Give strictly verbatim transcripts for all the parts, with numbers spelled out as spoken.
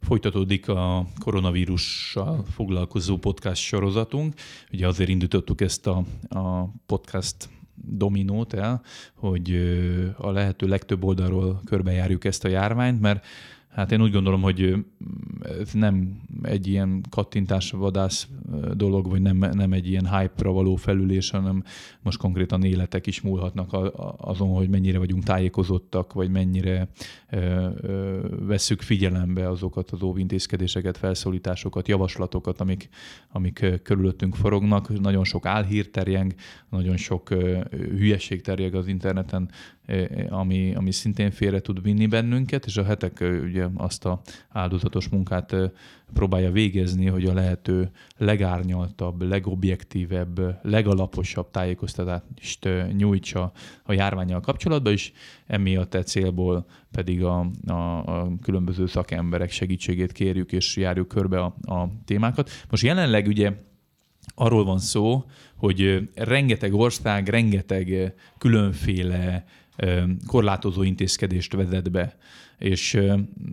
Folytatódik a koronavírussal foglalkozó podcast sorozatunk. Ugye azért indítottuk ezt a, a podcast dominót el, hogy a lehető legtöbb oldalról körbejárjuk ezt a járványt, mert hát én úgy gondolom, hogy ez nem egy ilyen kattintásvadász dolog, vagy nem, nem egy ilyen hype-ra való felülés, hanem most konkrétan életek is múlhatnak azon, hogy mennyire vagyunk tájékozottak, vagy mennyire ö, ö, vesszük figyelembe azokat az óvintézkedéseket, felszólításokat, javaslatokat, amik, amik körülöttünk forognak. Nagyon sok álhír terjeng, nagyon sok ö, hülyeség terjeng az interneten, ami, ami szintén félre tud vinni bennünket, és a hetek ugye azt a áldozatos munkát próbálja végezni, hogy a lehető legárnyaltabb, legobjektívebb, legalaposabb tájékoztatást nyújtsa a járvánnyal kapcsolatban, és emiatt e célból pedig a, a, a különböző szakemberek segítségét kérjük, és járjuk körbe a, a témákat. Most jelenleg ugye arról van szó, hogy rengeteg ország, rengeteg különféle korlátozó intézkedést vezet be. És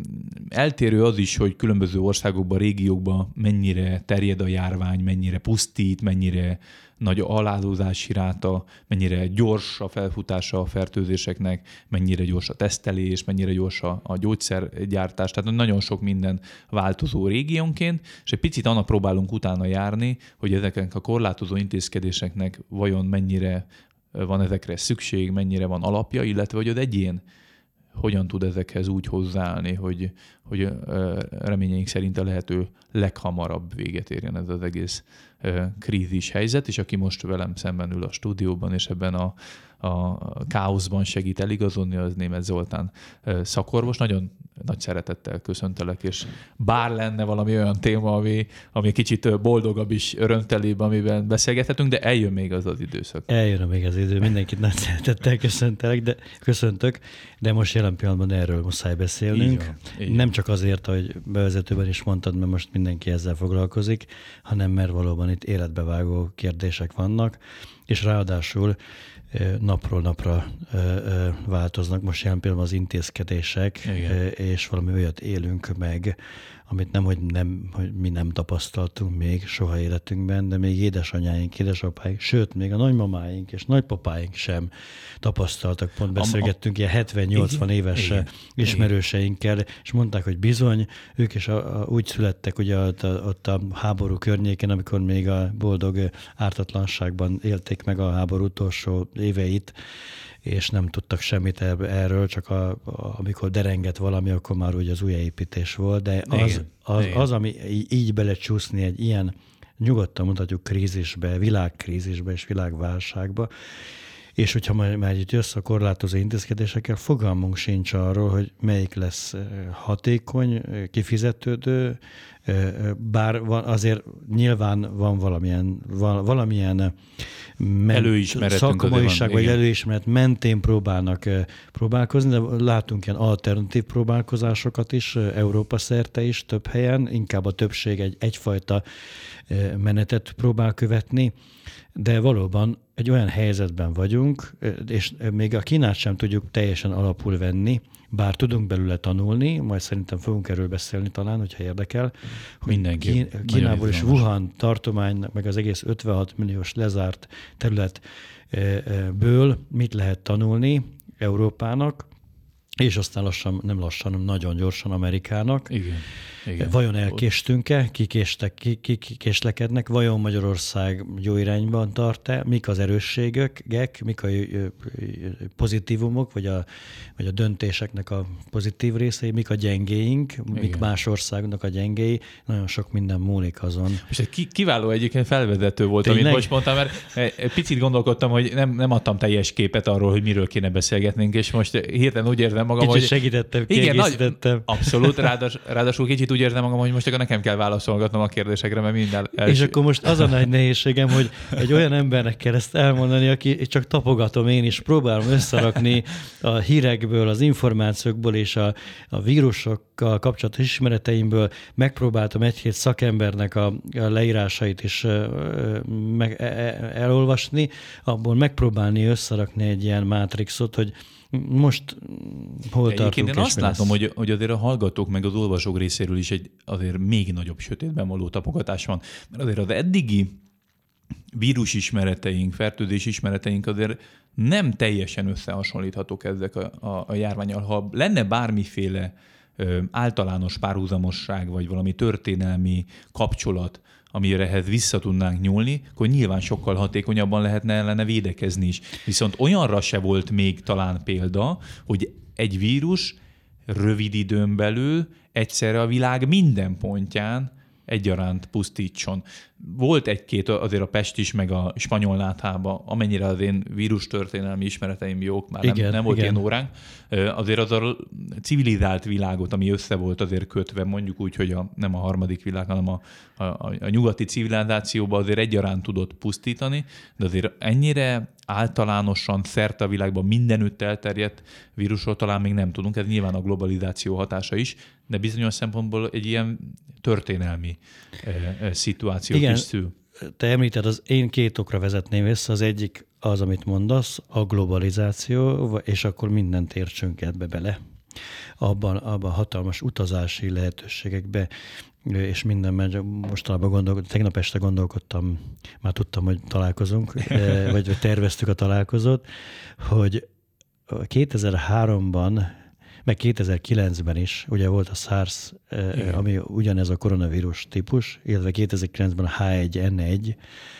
eltérő az is, hogy különböző országokban, régiókban mennyire terjed a járvány, mennyire pusztít, mennyire nagy aládozási ráta, mennyire gyors a felfutása a fertőzéseknek, mennyire gyors a tesztelés, mennyire gyors a gyógyszergyártás. Tehát nagyon sok minden változó régiónként, és egy picit annak próbálunk utána járni, hogy ezeknek a korlátozó intézkedéseknek vajon mennyire van ezekre szükség, mennyire van alapja, illetve hogy az egyén hogyan tud ezekhez úgy hozzáállni, hogy, hogy reményeink szerint a lehető leghamarabb véget érjen ez az egész krízis helyzet, és aki most velem szemben ül a stúdióban, és ebben a, a káoszban segít eligazodni, az Németh Zoltán szakorvos. Nagyon nagy szeretettel köszöntelek, és bár lenne valami olyan téma, ami, ami kicsit boldogabb is, örömtelébb, amiben beszélgethetünk, de eljön még az az időszak. Eljön még az idő, mindenkit nagy szeretettel köszöntelek, de köszöntök, de most jelen pillanatban erről muszáj beszélnünk. Így van, így Nem csak azért, hogy bevezetőben is mondtad, mert most mindenki ezzel foglalkozik, hanem mert valóban itt életbevágó kérdések vannak, és ráadásul napról napra változnak most jelen pillanatban az intézkedések, igen, és valami olyat élünk meg, amit nem, hogy, nem, hogy mi nem tapasztaltunk még soha életünkben, de még édesanyáink, édesapáink, sőt, még a nagymamáink és nagypapáink sem tapasztaltak. Pont beszélgettünk a, a, ilyen hetven-nyolcvan éves igen, ismerőseinkkel, igen, és mondták, hogy bizony, ők is a, a, úgy születtek ugye ott a, ott a háború környéken, amikor még a boldog ártatlanságban élték meg a háború utolsó éveit, és nem tudtak semmit erről, csak a, a, amikor derengett valami, akkor már ugye az újjáépítés volt, de az, az, az, ami így belecsúszni egy ilyen, nyugodtan mondhatjuk krízisbe, világkrízisbe és világválságba, és hogyha már itt jössz a korlátozó intézkedésekkel, fogalmunk sincs arról, hogy melyik lesz hatékony, kifizetődő, bár van, azért nyilván van valamilyen, van, valamilyen szakmaiság vagy előismeret mentén próbálnak próbálkozni, de látunk ilyen alternatív próbálkozásokat is, Európa szerte is több helyen, inkább a többség egy, egyfajta menetet próbál követni, de valóban egy olyan helyzetben vagyunk, és még a Kínát sem tudjuk teljesen alapul venni, bár tudunk belőle tanulni, majd szerintem fogunk erről beszélni talán, hogyha érdekel, hogy Mindenki. Kínából és Wuhan tartomány, meg az egész ötvenhat milliós lezárt területből mit lehet tanulni Európának, és aztán lassan, nem lassan, hanem nagyon gyorsan Amerikának. Igen. Igen. Vajon elkéstünk-e? Kikéstek, ki, ki, késlekednek? Vajon Magyarország jó irányban tart-e? Mik az erősségek? Mik a pozitívumok, vagy a, vagy a döntéseknek a pozitív részei? Mik a gyengéink? Mik Igen. más országnak a gyengéi? Nagyon sok minden múlik azon. És egy kiváló egyébként felvezető volt, Tényleg? amit most mondtam, mert egy picit gondolkodtam, hogy nem, nem adtam teljes képet arról, hogy miről kéne beszélgetnünk, és most hirtelen úgy érzem magam, kicsit hogy... segítettem, kiegészítettem. Nagy, abszolút, ráadásul, ráadásul kicsit úgy érzem magam, hogy most akkor nekem kell válaszolgatnom a kérdésekre, mert minden első... És akkor most az a nagy nehézségem, hogy egy olyan embernek kell ezt elmondani, aki csak tapogatom én is, próbálom összerakni a hírekből, az információkból és a, a vírusokkal kapcsolatos ismereteimből, megpróbáltam egy-két szakembernek a, a leírásait is meg, elolvasni, abból megpróbálni összerakni egy ilyen mátrixot, hogy most hol tartunk? Én azt látom, hogy, hogy azért a hallgatók meg az olvasók részéről is egy azért még nagyobb sötétben való tapogatás van. Mert azért az eddigi vírusismereteink, fertőzés ismereteink azért nem teljesen összehasonlíthatók ezek a, a, a járvánnyal. Ha lenne bármiféle ö, általános párhuzamosság, vagy valami történelmi kapcsolat, amirehez vissza tudnánk nyúlni, akkor nyilván sokkal hatékonyabban lehetne ellene védekezni is. Viszont olyanra se volt még talán példa, hogy egy vírus rövid időn belül egyszerre a világ minden pontján egyaránt pusztítson. Volt egy-két azért a Pest is, meg a spanyol náthában, amennyire az én vírustörténelmi ismereteim jók, már igen, nem, nem volt igen. ilyen óránk, azért az a civilizált világot, ami össze volt azért kötve, mondjuk úgy, hogy a, nem a harmadik világ, hanem a, a, a nyugati civilizációban azért egyaránt tudott pusztítani, de azért ennyire általánosan szerte a világban mindenütt elterjedt vírusról talán még nem tudunk, ez nyilván a globalizáció hatása is, de bizonyos szempontból egy ilyen történelmi e, e, szituáció igen, is szül. Te említed, az én két okra vezetném vissza, az egyik az, amit mondasz, a globalizáció, és akkor mindent értsünk ebbe bele. Abban, abban hatalmas utazási lehetőségekbe, és mindenben mostanában gondolkodtam, tegnap este gondolkodtam, már tudtam, hogy találkozunk, vagy terveztük a találkozót, hogy kétezer-háromban, meg kétezer-kilencben is, ugye volt a SARS, igen. ami ugyanez a koronavírus típus, illetve kétezer-kilencben a há egy en egy,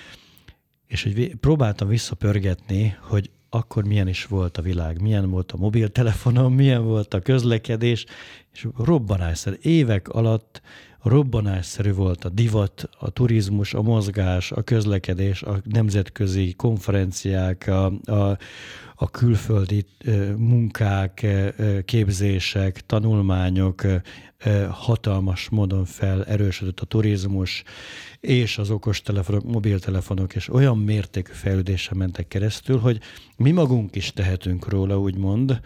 és hogy próbáltam visszapörgetni, hogy akkor milyen is volt a világ, milyen volt a mobiltelefonom, milyen volt a közlekedés, és robbanásszerű. Évek alatt robbanásszerű volt a divat, a turizmus, a mozgás, a közlekedés, a nemzetközi konferenciák, a, a, a külföldi munkák, képzések, tanulmányok, hatalmas módon felerősödött a turizmus, és az okostelefonok, mobiltelefonok, és olyan mértékű fejlődésen mentek keresztül, hogy mi magunk is tehetünk róla, úgymond,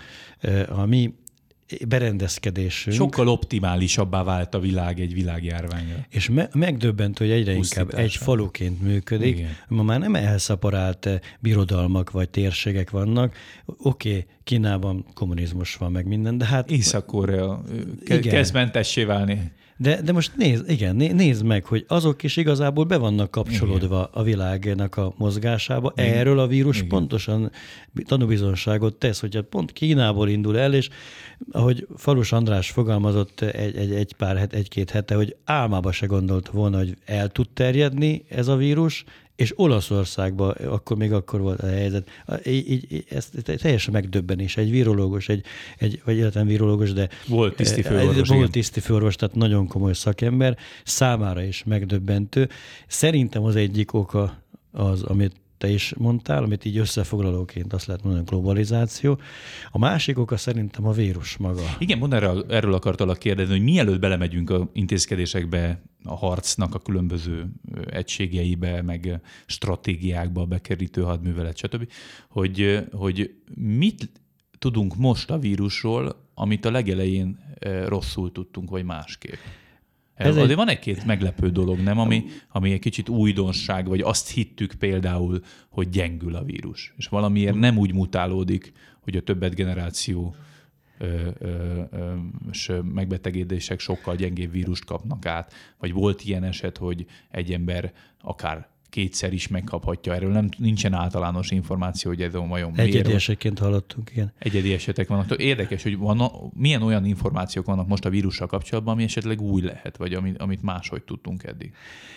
a mi berendezkedésünk. Sokkal optimálisabbá vált a világ egy világjárványra. És me- megdöbbentő, hogy egyre inkább egy faluként működik. Igen. Ma már nem elszaporált birodalmak vagy térségek vannak. Oké, okay, Kínában kommunizmus van, meg minden, de hát... Észak-Korea ke- kezd mentessé válni. De, de most nézd, igen, nézd meg, hogy azok is igazából be vannak kapcsolódva igen. a világnak a mozgásába. Igen. Erről a vírus igen. pontosan tanúbizonságot tesz, hogy pont Kínából indul el, és ahogy Falus András fogalmazott egy, egy, egy pár, egy-két hete, hogy álmába se gondolt volna, hogy el tud terjedni ez a vírus, és Olaszországban akkor még akkor volt a helyzet. Így, így, ez teljesen megdöbbenés. Egy virológus, egy, egy, vagy életlen virológus, de volt tisztifőorvos. Volt tisztifőorvos, tehát nagyon komoly szakember, számára is megdöbbentő. Szerintem az egyik oka az, amit te is mondtál, amit így összefoglalóként azt lehet mondani, globalizáció. A másik oka szerintem a vírus maga. Igen, mondd, erről, erről akartalak kérdezni, hogy mielőtt belemegyünk a intézkedésekbe, a harcnak a különböző egységeibe, meg stratégiákba, bekerítő hadművelet, stb., hogy, hogy mit tudunk most a vírusról, amit a legelején rosszul tudtunk, vagy másképp. Ez Azért egy... van egy-két meglepő dolog, nem? Ami, ami egy kicsit újdonság, vagy azt hittük például, hogy gyengül a vírus. És valamiért nem úgy mutálódik, hogy a többet generáció ö, ö, ö, megbetegedések sokkal gyengébb vírust kapnak át. Vagy volt ilyen eset, hogy egy ember akár kétszer is megkaphatja. Erről nem, nincsen általános információ, hogy ez a vajon miért. Egyedi esetként hallottunk, igen. Egyedi esetek vannak. Érdekes, hogy van, milyen olyan információk vannak most a vírussal kapcsolatban, ami esetleg új lehet, vagy amit, amit máshogy tudtunk eddig.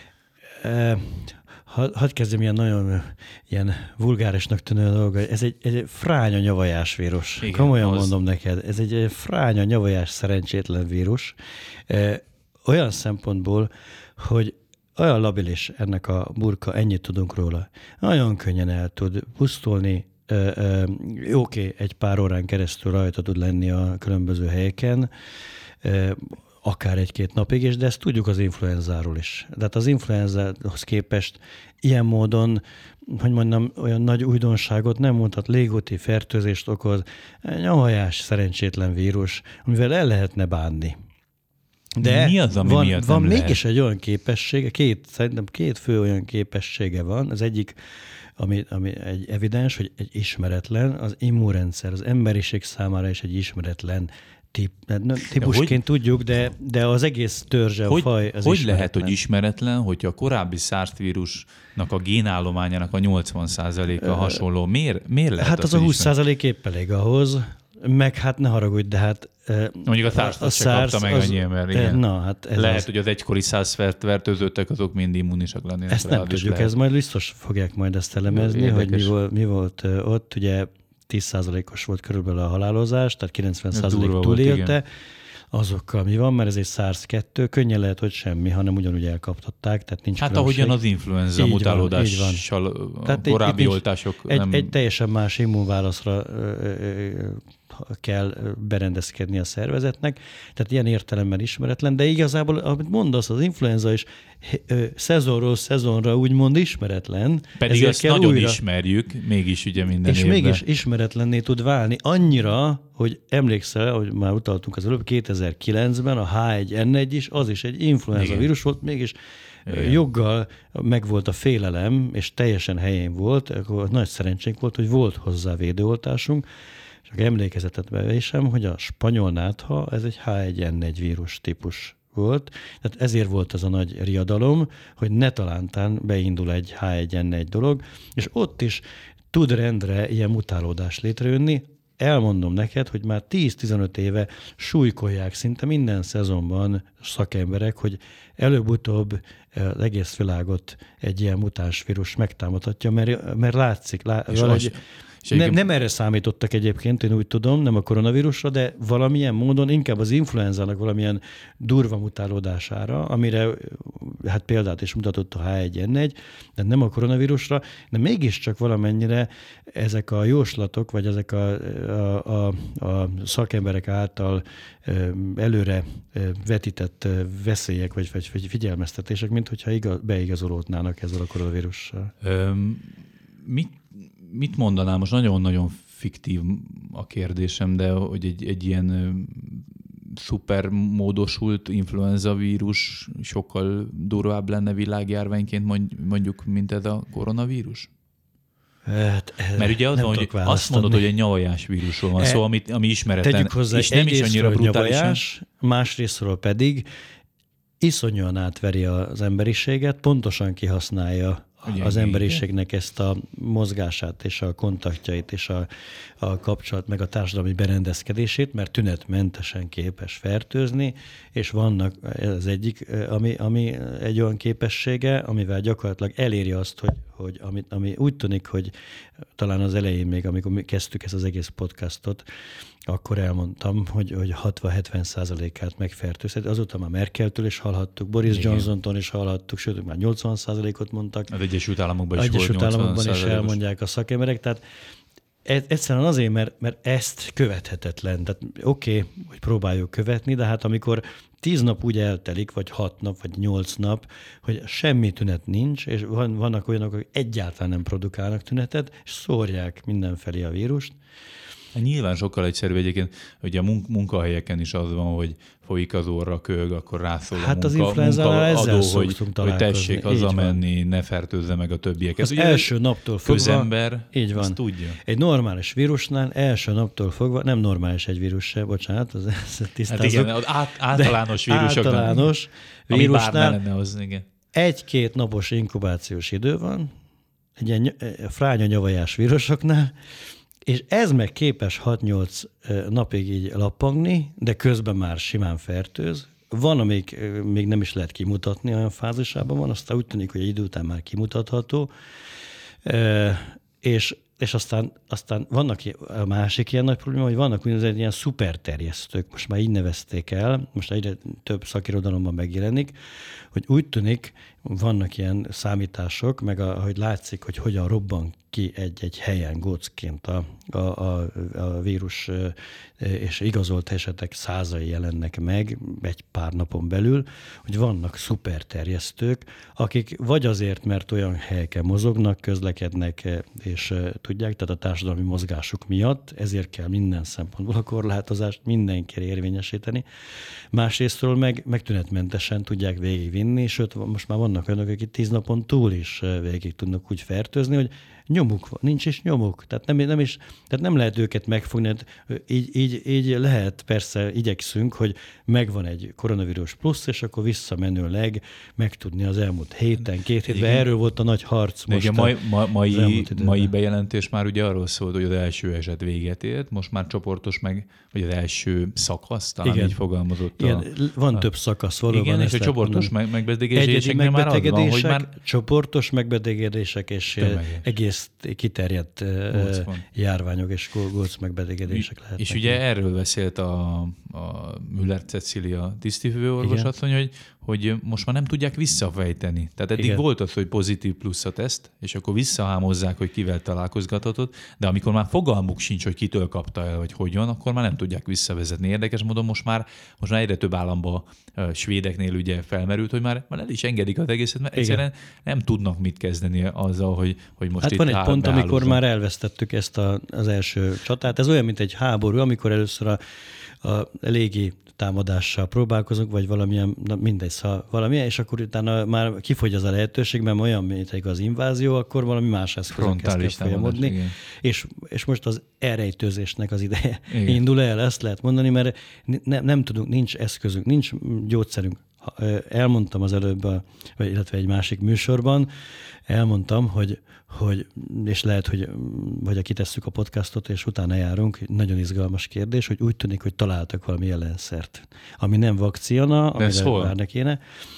E, hadd kezdjem ilyen nagyon ilyen vulgárisnak tűnő dolga. Ez egy, egy fránya nyavajás vírus. Igen, komolyan az... mondom neked. Ez egy fránya nyavajás szerencsétlen vírus. E, olyan szempontból, hogy olyan labilis ennek a burka, ennyit tudunk róla. Nagyon könnyen el tud pusztulni, oké, okay, egy pár órán keresztül rajta tud lenni a különböző helyeken, akár egy-két napig is, de ezt tudjuk az influenzáról is. Tehát az influenzához képest ilyen módon, hogy mondjam, olyan nagy újdonságot nem mutat, légúti fertőzést okoz, nyavajás szerencsétlen vírus, amivel el lehetne bánni. De mi az, ami van, miatt van nem mégis lehet? Egy olyan képessége, két, szerintem két fő olyan képessége van. Az egyik ami, ami egy evidens, hogy egy ismeretlen, az immunrendszer, az emberiség számára is egy ismeretlen tip, típusként hogy, tudjuk, de, de az egész törzse, hogy, a faj az Hogy lehet, hogy ismeretlen, hogyha a korábbi SARS vírusnak a génállományának a nyolcvan százaléka hasonló? Miért, miért lehet Hát az, az a húsz százalék épp elég ahhoz, meg hát ne haragudj, de hát... Mondjuk a társat se kapta meg annyi ember, igen. Na, hát ez lehet, az. hogy az egykori SARS fertőzöttek, azok mind immunisak lennének. Ezt nem tudjuk, lehet. Ez majd biztos fogják majd ezt elemezni, érdekes. Hogy mi volt, mi volt ott, ugye tíz százalékos volt körülbelül a halálozás, tehát kilencven százalék túlélte. Volt, azokkal mi van, mert ez egy SARS kettő, könnyen lehet, hogy semmi, hanem ugyanúgy elkaptatták, tehát nincs hát különbség. ahogyan az influenza mutálódással a korábbi egy, oltások egy, nem... Egy teljesen más immunválaszra kell berendezkedni a szervezetnek, tehát ilyen értelemben ismeretlen, de igazából, amit mondasz, az influenza is szezonról szezonra úgymond ismeretlen. Pedig ezt nagyon újra... ismerjük, mégis ugye minden És évben. mégis ismeretlenné tud válni annyira, hogy emlékszel, hogy már utaltunk az előbb, kétezer-kilencben a há egy en egy is, az is egy influenza igen. vírus volt, mégis igen. joggal megvolt a félelem, és teljesen helyén volt, akkor nagy szerencsénk volt, hogy volt hozzá védőoltásunk. Csak emlékezetet bevésem, hogy a spanyol nátha, ez egy há egy en egy vírus típus volt, tehát ezért volt az a nagy riadalom, hogy ne talántán beindul egy há egy en egy dolog, és ott is tud rendre ilyen mutálódás létrejönni. Elmondom neked, hogy már tíz-tizenöt éve súlykolják szinte minden szezonban szakemberek, hogy előbb-utóbb az egész világot egy ilyen mutáns vírus megtámadhatja, mert, mert látszik, lá, valahogy... Nem, nem erre számítottak egyébként, én úgy tudom, nem a koronavírusra, de valamilyen módon inkább az influenzának valamilyen durva mutálódására, amire hát példát is mutatott a há egy en egy, de nem a koronavírusra, de mégiscsak valamennyire ezek a jóslatok, vagy ezek a, a, a, a szakemberek által előre vetített veszélyek, vagy, vagy figyelmeztetések, mint hogyha igaz, beigazolódnának ezzel a koronavírussal. Um, mit Mit mondanám? Most nagyon-nagyon fiktív a kérdésem, de hogy egy, egy ilyen szuper módosult influenza vírus sokkal durvább lenne világjárványként mondjuk, mint ez a koronavírus? Hát, mert ugye az van, hogy azt mondod, hogy egy nyavajás vírusról van e, szó, ami, ami ismeretlen, tegyük hozzá, és nem is annyira brutális. Másrésztről pedig iszonyúan átveri az emberiséget, pontosan kihasználja ugye, az emberiségnek ezt a mozgását és a kontaktjait és a, a kapcsolat meg a társadalmi berendezkedését, mert tünetmentesen képes fertőzni, és vannak, ez az egyik, ami, ami egy olyan képessége, amivel gyakorlatilag eléri azt, hogy, hogy ami, ami úgy tűnik, hogy talán az elején még, amikor mi kezdtük ezt az egész podcastot, akkor elmondtam, hogy, hogy hatvan-hetven százalékát megfertőzhet. Azóta már Merkeltől is hallhattuk, Boris igen. Johnsontól is hallhattuk, sőt, már nyolcvan százalékot mondtak. Az Egyesült Államokban is Egyesült volt Államokban is elmondják a szakemberek. Tehát egyszerűen azért, mert, mert ezt követhetetlen. Tehát oké, okay, hogy próbáljuk követni, de hát amikor tíz nap úgy eltelik, vagy hat nap, vagy nyolc nap, hogy semmi tünet nincs, és van, vannak olyanok, akik egyáltalán nem produkálnak tünetet, és szórják mindenfelé a vírust. Nyilván sokkal egyszerűbb egyébként, hogy a munk- munkahelyeken is az van, hogy folyik az orra kög, akkor rászól hát a munka, munkaadó, hogy, hogy tessék hazamenni, ne fertőzze meg a többieket. Az ugye első naptól fogva, közember, így van. Tudja. Egy normális vírusnál első naptól fogva, nem normális egy vírus se, bocsánat, az, ezt tisztázok. Hát igen, át, általános vírusoknál. Általános vírusnál lenne az, igen. Egy-két napos inkubációs idő van, egy ilyen fránya nyavajás vírusoknál, és ez meg képes hat-nyolc napig így lappangni, de közben már simán fertőz. Van, amelyik még nem is lehet kimutatni, olyan fázisában van, aztán úgy tűnik, hogy egy idő után már kimutatható. És, és aztán, aztán vannak a másik ilyen nagy probléma, hogy vannak úgynevezett ilyen szuperterjesztők, most már így nevezték el, most egyre több szakirodalomban megjelenik, hogy úgy tűnik, vannak ilyen számítások, meg a, ahogy látszik, hogy hogyan robban ki egy-egy helyen gócként a, a, a, a vírus, és igazolt esetek százai jelennek meg egy pár napon belül, hogy vannak szuperterjesztők, akik vagy azért, mert olyan helyeken mozognak, közlekednek, és tudják, tehát a társadalmi mozgásuk miatt, ezért kell minden szempontból a korlátozást mindenkire érvényesíteni. Másrésztről meg, meg tünetmentesen tudják végigvinni, sőt, most már vannak olyanok, akik tíz napon túl is végig tudnak úgy fertőzni, hogy nyomuk van, nincs is nyomuk. Tehát nem, nem, is, tehát nem lehet őket megfogni. Így, így, így lehet, persze igyekszünk, hogy megvan egy koronavírus plusz, és akkor visszamenőleg megtudni az elmúlt héten, két hétben. Erről volt a nagy harc most. Ugye a mai, mai, mai bejelentés már ugye arról szólt, hogy az első eset véget ért, most már csoportos meg, vagy az első szakasz, talán igen. így fogalmazott. Igen, a, van a, több szakasz valóban. Igen, és a csoportos meg, megbetegedéseknél már az van, hogy már... Csoportos megbetegedések és tömeges. Egész kiterjedt Gócpont. Járványok és góc megbetegedések lehetnek. És ugye erről beszélt a, a Müller Cecília tisztifőorvos asszony, hogy, hogy most már nem tudják visszafejteni. Tehát eddig igen. volt az, hogy pozitív plusz a teszt, és akkor visszahámozzák, hogy kivel találkozgathatott, de amikor már fogalmuk sincs, hogy kitől kapta el, vagy hogyan, akkor már nem tudják visszavezetni. Érdekes módon most már, most már egyre több államban uh, svédeknél ugye felmerült, hogy már, már el is engedik az egészet, mert igen. egyszerűen nem tudnak mit kezdeni azzal, hogy, hogy most hát itt van egy pont, beállózom. Amikor már elvesztettük ezt a, az első csatát. Ez olyan, mint egy háború, amikor először a, a légi támadással próbálkozunk, vagy valamilyen, na mindegy, szóval valamilyen, és akkor utána már kifogy az a lehetőség, mert olyan, mint egy az invázió, akkor valami más eszközön kezd folyamodni. És, és most az elrejtőzésnek az ideje igen. indul el, ezt lehet mondani, mert ne, nem tudunk, nincs eszközünk, nincs gyógyszerünk. Elmondtam az előbb, a, vagy illetve egy másik műsorban, elmondtam, hogy, hogy és lehet, hogy vagy kitesszük a podcastot, és utána járunk, nagyon izgalmas kérdés, hogy úgy tűnik, hogy találtak valami ellenszert, ami nem vakcina, amire várni kéne.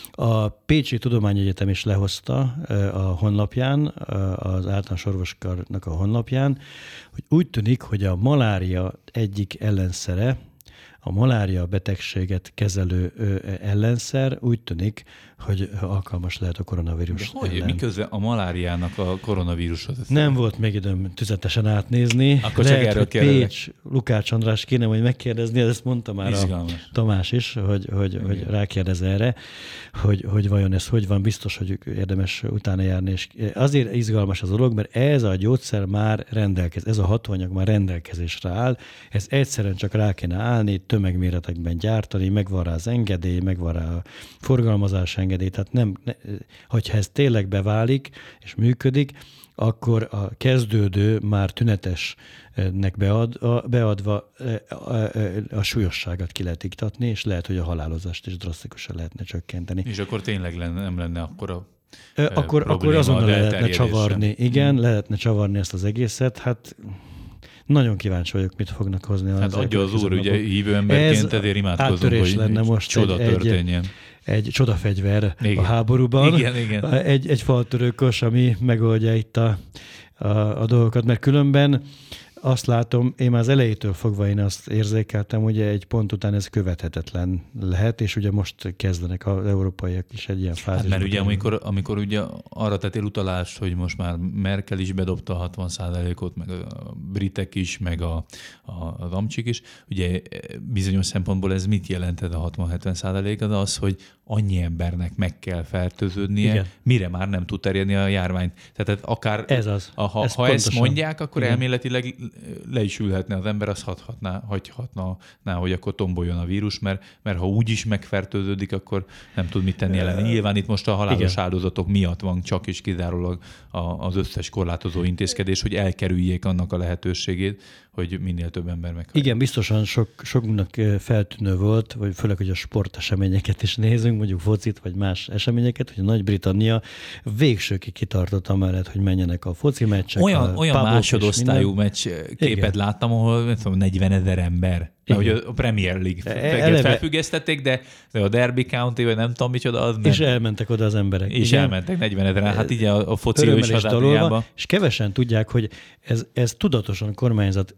A Pécsi Tudományegyetem is lehozta a honlapján, az általános orvoskarnak a honlapján, hogy úgy tűnik, hogy a malária egyik ellenszere, a malária betegséget kezelő ellenszer úgy tűnik, hogy alkalmas lehet a koronavírus de hogy? Miközben a maláriának a koronavírushoz? Nem volt még időm tüzetesen átnézni. Akkor lehet, csak erről hogy Pécs, Lukács András kéne majd megkérdezni, ezt mondta már izgalmas. A Tamás is, hogy, hogy, hogy rákérdez erre, hogy, hogy vajon ez hogy van, biztos, hogy érdemes utána járni. És azért izgalmas az dolog, mert ez a gyógyszer már rendelkez, ez a hatóanyag már rendelkezésre áll, ez egyszerűen csak rá kéne állni, tömegméretekben gyártani, megvan rá az engedély, megvan rá a forgalmazás engedély, tehát nem, ne, hogyha ez tényleg beválik és működik, akkor a kezdődő, már tünetesnek bead, a, beadva a, a, a súlyosságot ki lehet iktatni, és lehet, hogy a halálozást is drasztikusan lehetne csökkenteni. És akkor tényleg lenne, nem lenne akkora akkor, akkor azonnal lehetne csavarni. Igen, hmm. lehetne csavarni ezt az egészet. Hát nagyon kíváncsi vagyok, mit fognak hozni. Hát adja az úr, ugye hívő emberként, ezért imádkozunk, hogy lenne most csoda egy, történjen. Egy, egy csodafegyver igen. a háborúban. Igen, igen. Egy, egy faltörőkös, ami megoldja itt a, a, a dolgokat, mert különben azt látom, én már az elejétől fogva én azt érzékeltem, hogy egy pont után ez követhetetlen lehet, és ugye most kezdenek az európaiak is egy ilyen fázisban. Hát mert ugye amikor, amikor ugye arra tettél utalást, hogy most már Merkel is bedobta a hatvan százalékot, meg a britek is, meg a, a, az amcsik is, ugye bizonyos szempontból ez mit jelentett a hatvan-hetven százalék? Az az, hogy annyi embernek meg kell fertőződnie, igen. mire már nem tud terjedni a járvány. Tehát akár ez az. A, ha, ez ha ezt mondják, akkor igen. elméletileg le is ülhetne az ember, az hagyhatná, hagyhatna, hogy akkor tomboljon a vírus, mert, mert ha úgy is megfertőződik, akkor nem tud mit tenni ellene. Nyilván itt most a halálos igen. áldozatok miatt van csak és kizárólag az összes korlátozó intézkedés, hogy elkerüljék annak a lehetőségét, hogy minél több ember meghallja. Igen, biztosan sok, sokunknak feltűnő volt, vagy főleg, hogy a sporteseményeket is nézünk, mondjuk focit, vagy más eseményeket, hogy a Nagy-Britannia végsőkig kitartott amellett, hogy menjenek a foci meccsek. Olyan, olyan másodosztályú meccs képet igen. láttam, ahol negyven ezer ember. Mert ugye a Premier League felfüggesztették, de, de a Derby County, vagy nem tudom micsoda, az nem. És elmentek oda az emberek. És igen? elmentek negyven ezeren. Hát így a, a foci is hazáriában. És kevesen tudják, hogy ez, ez tudatosan kormányzat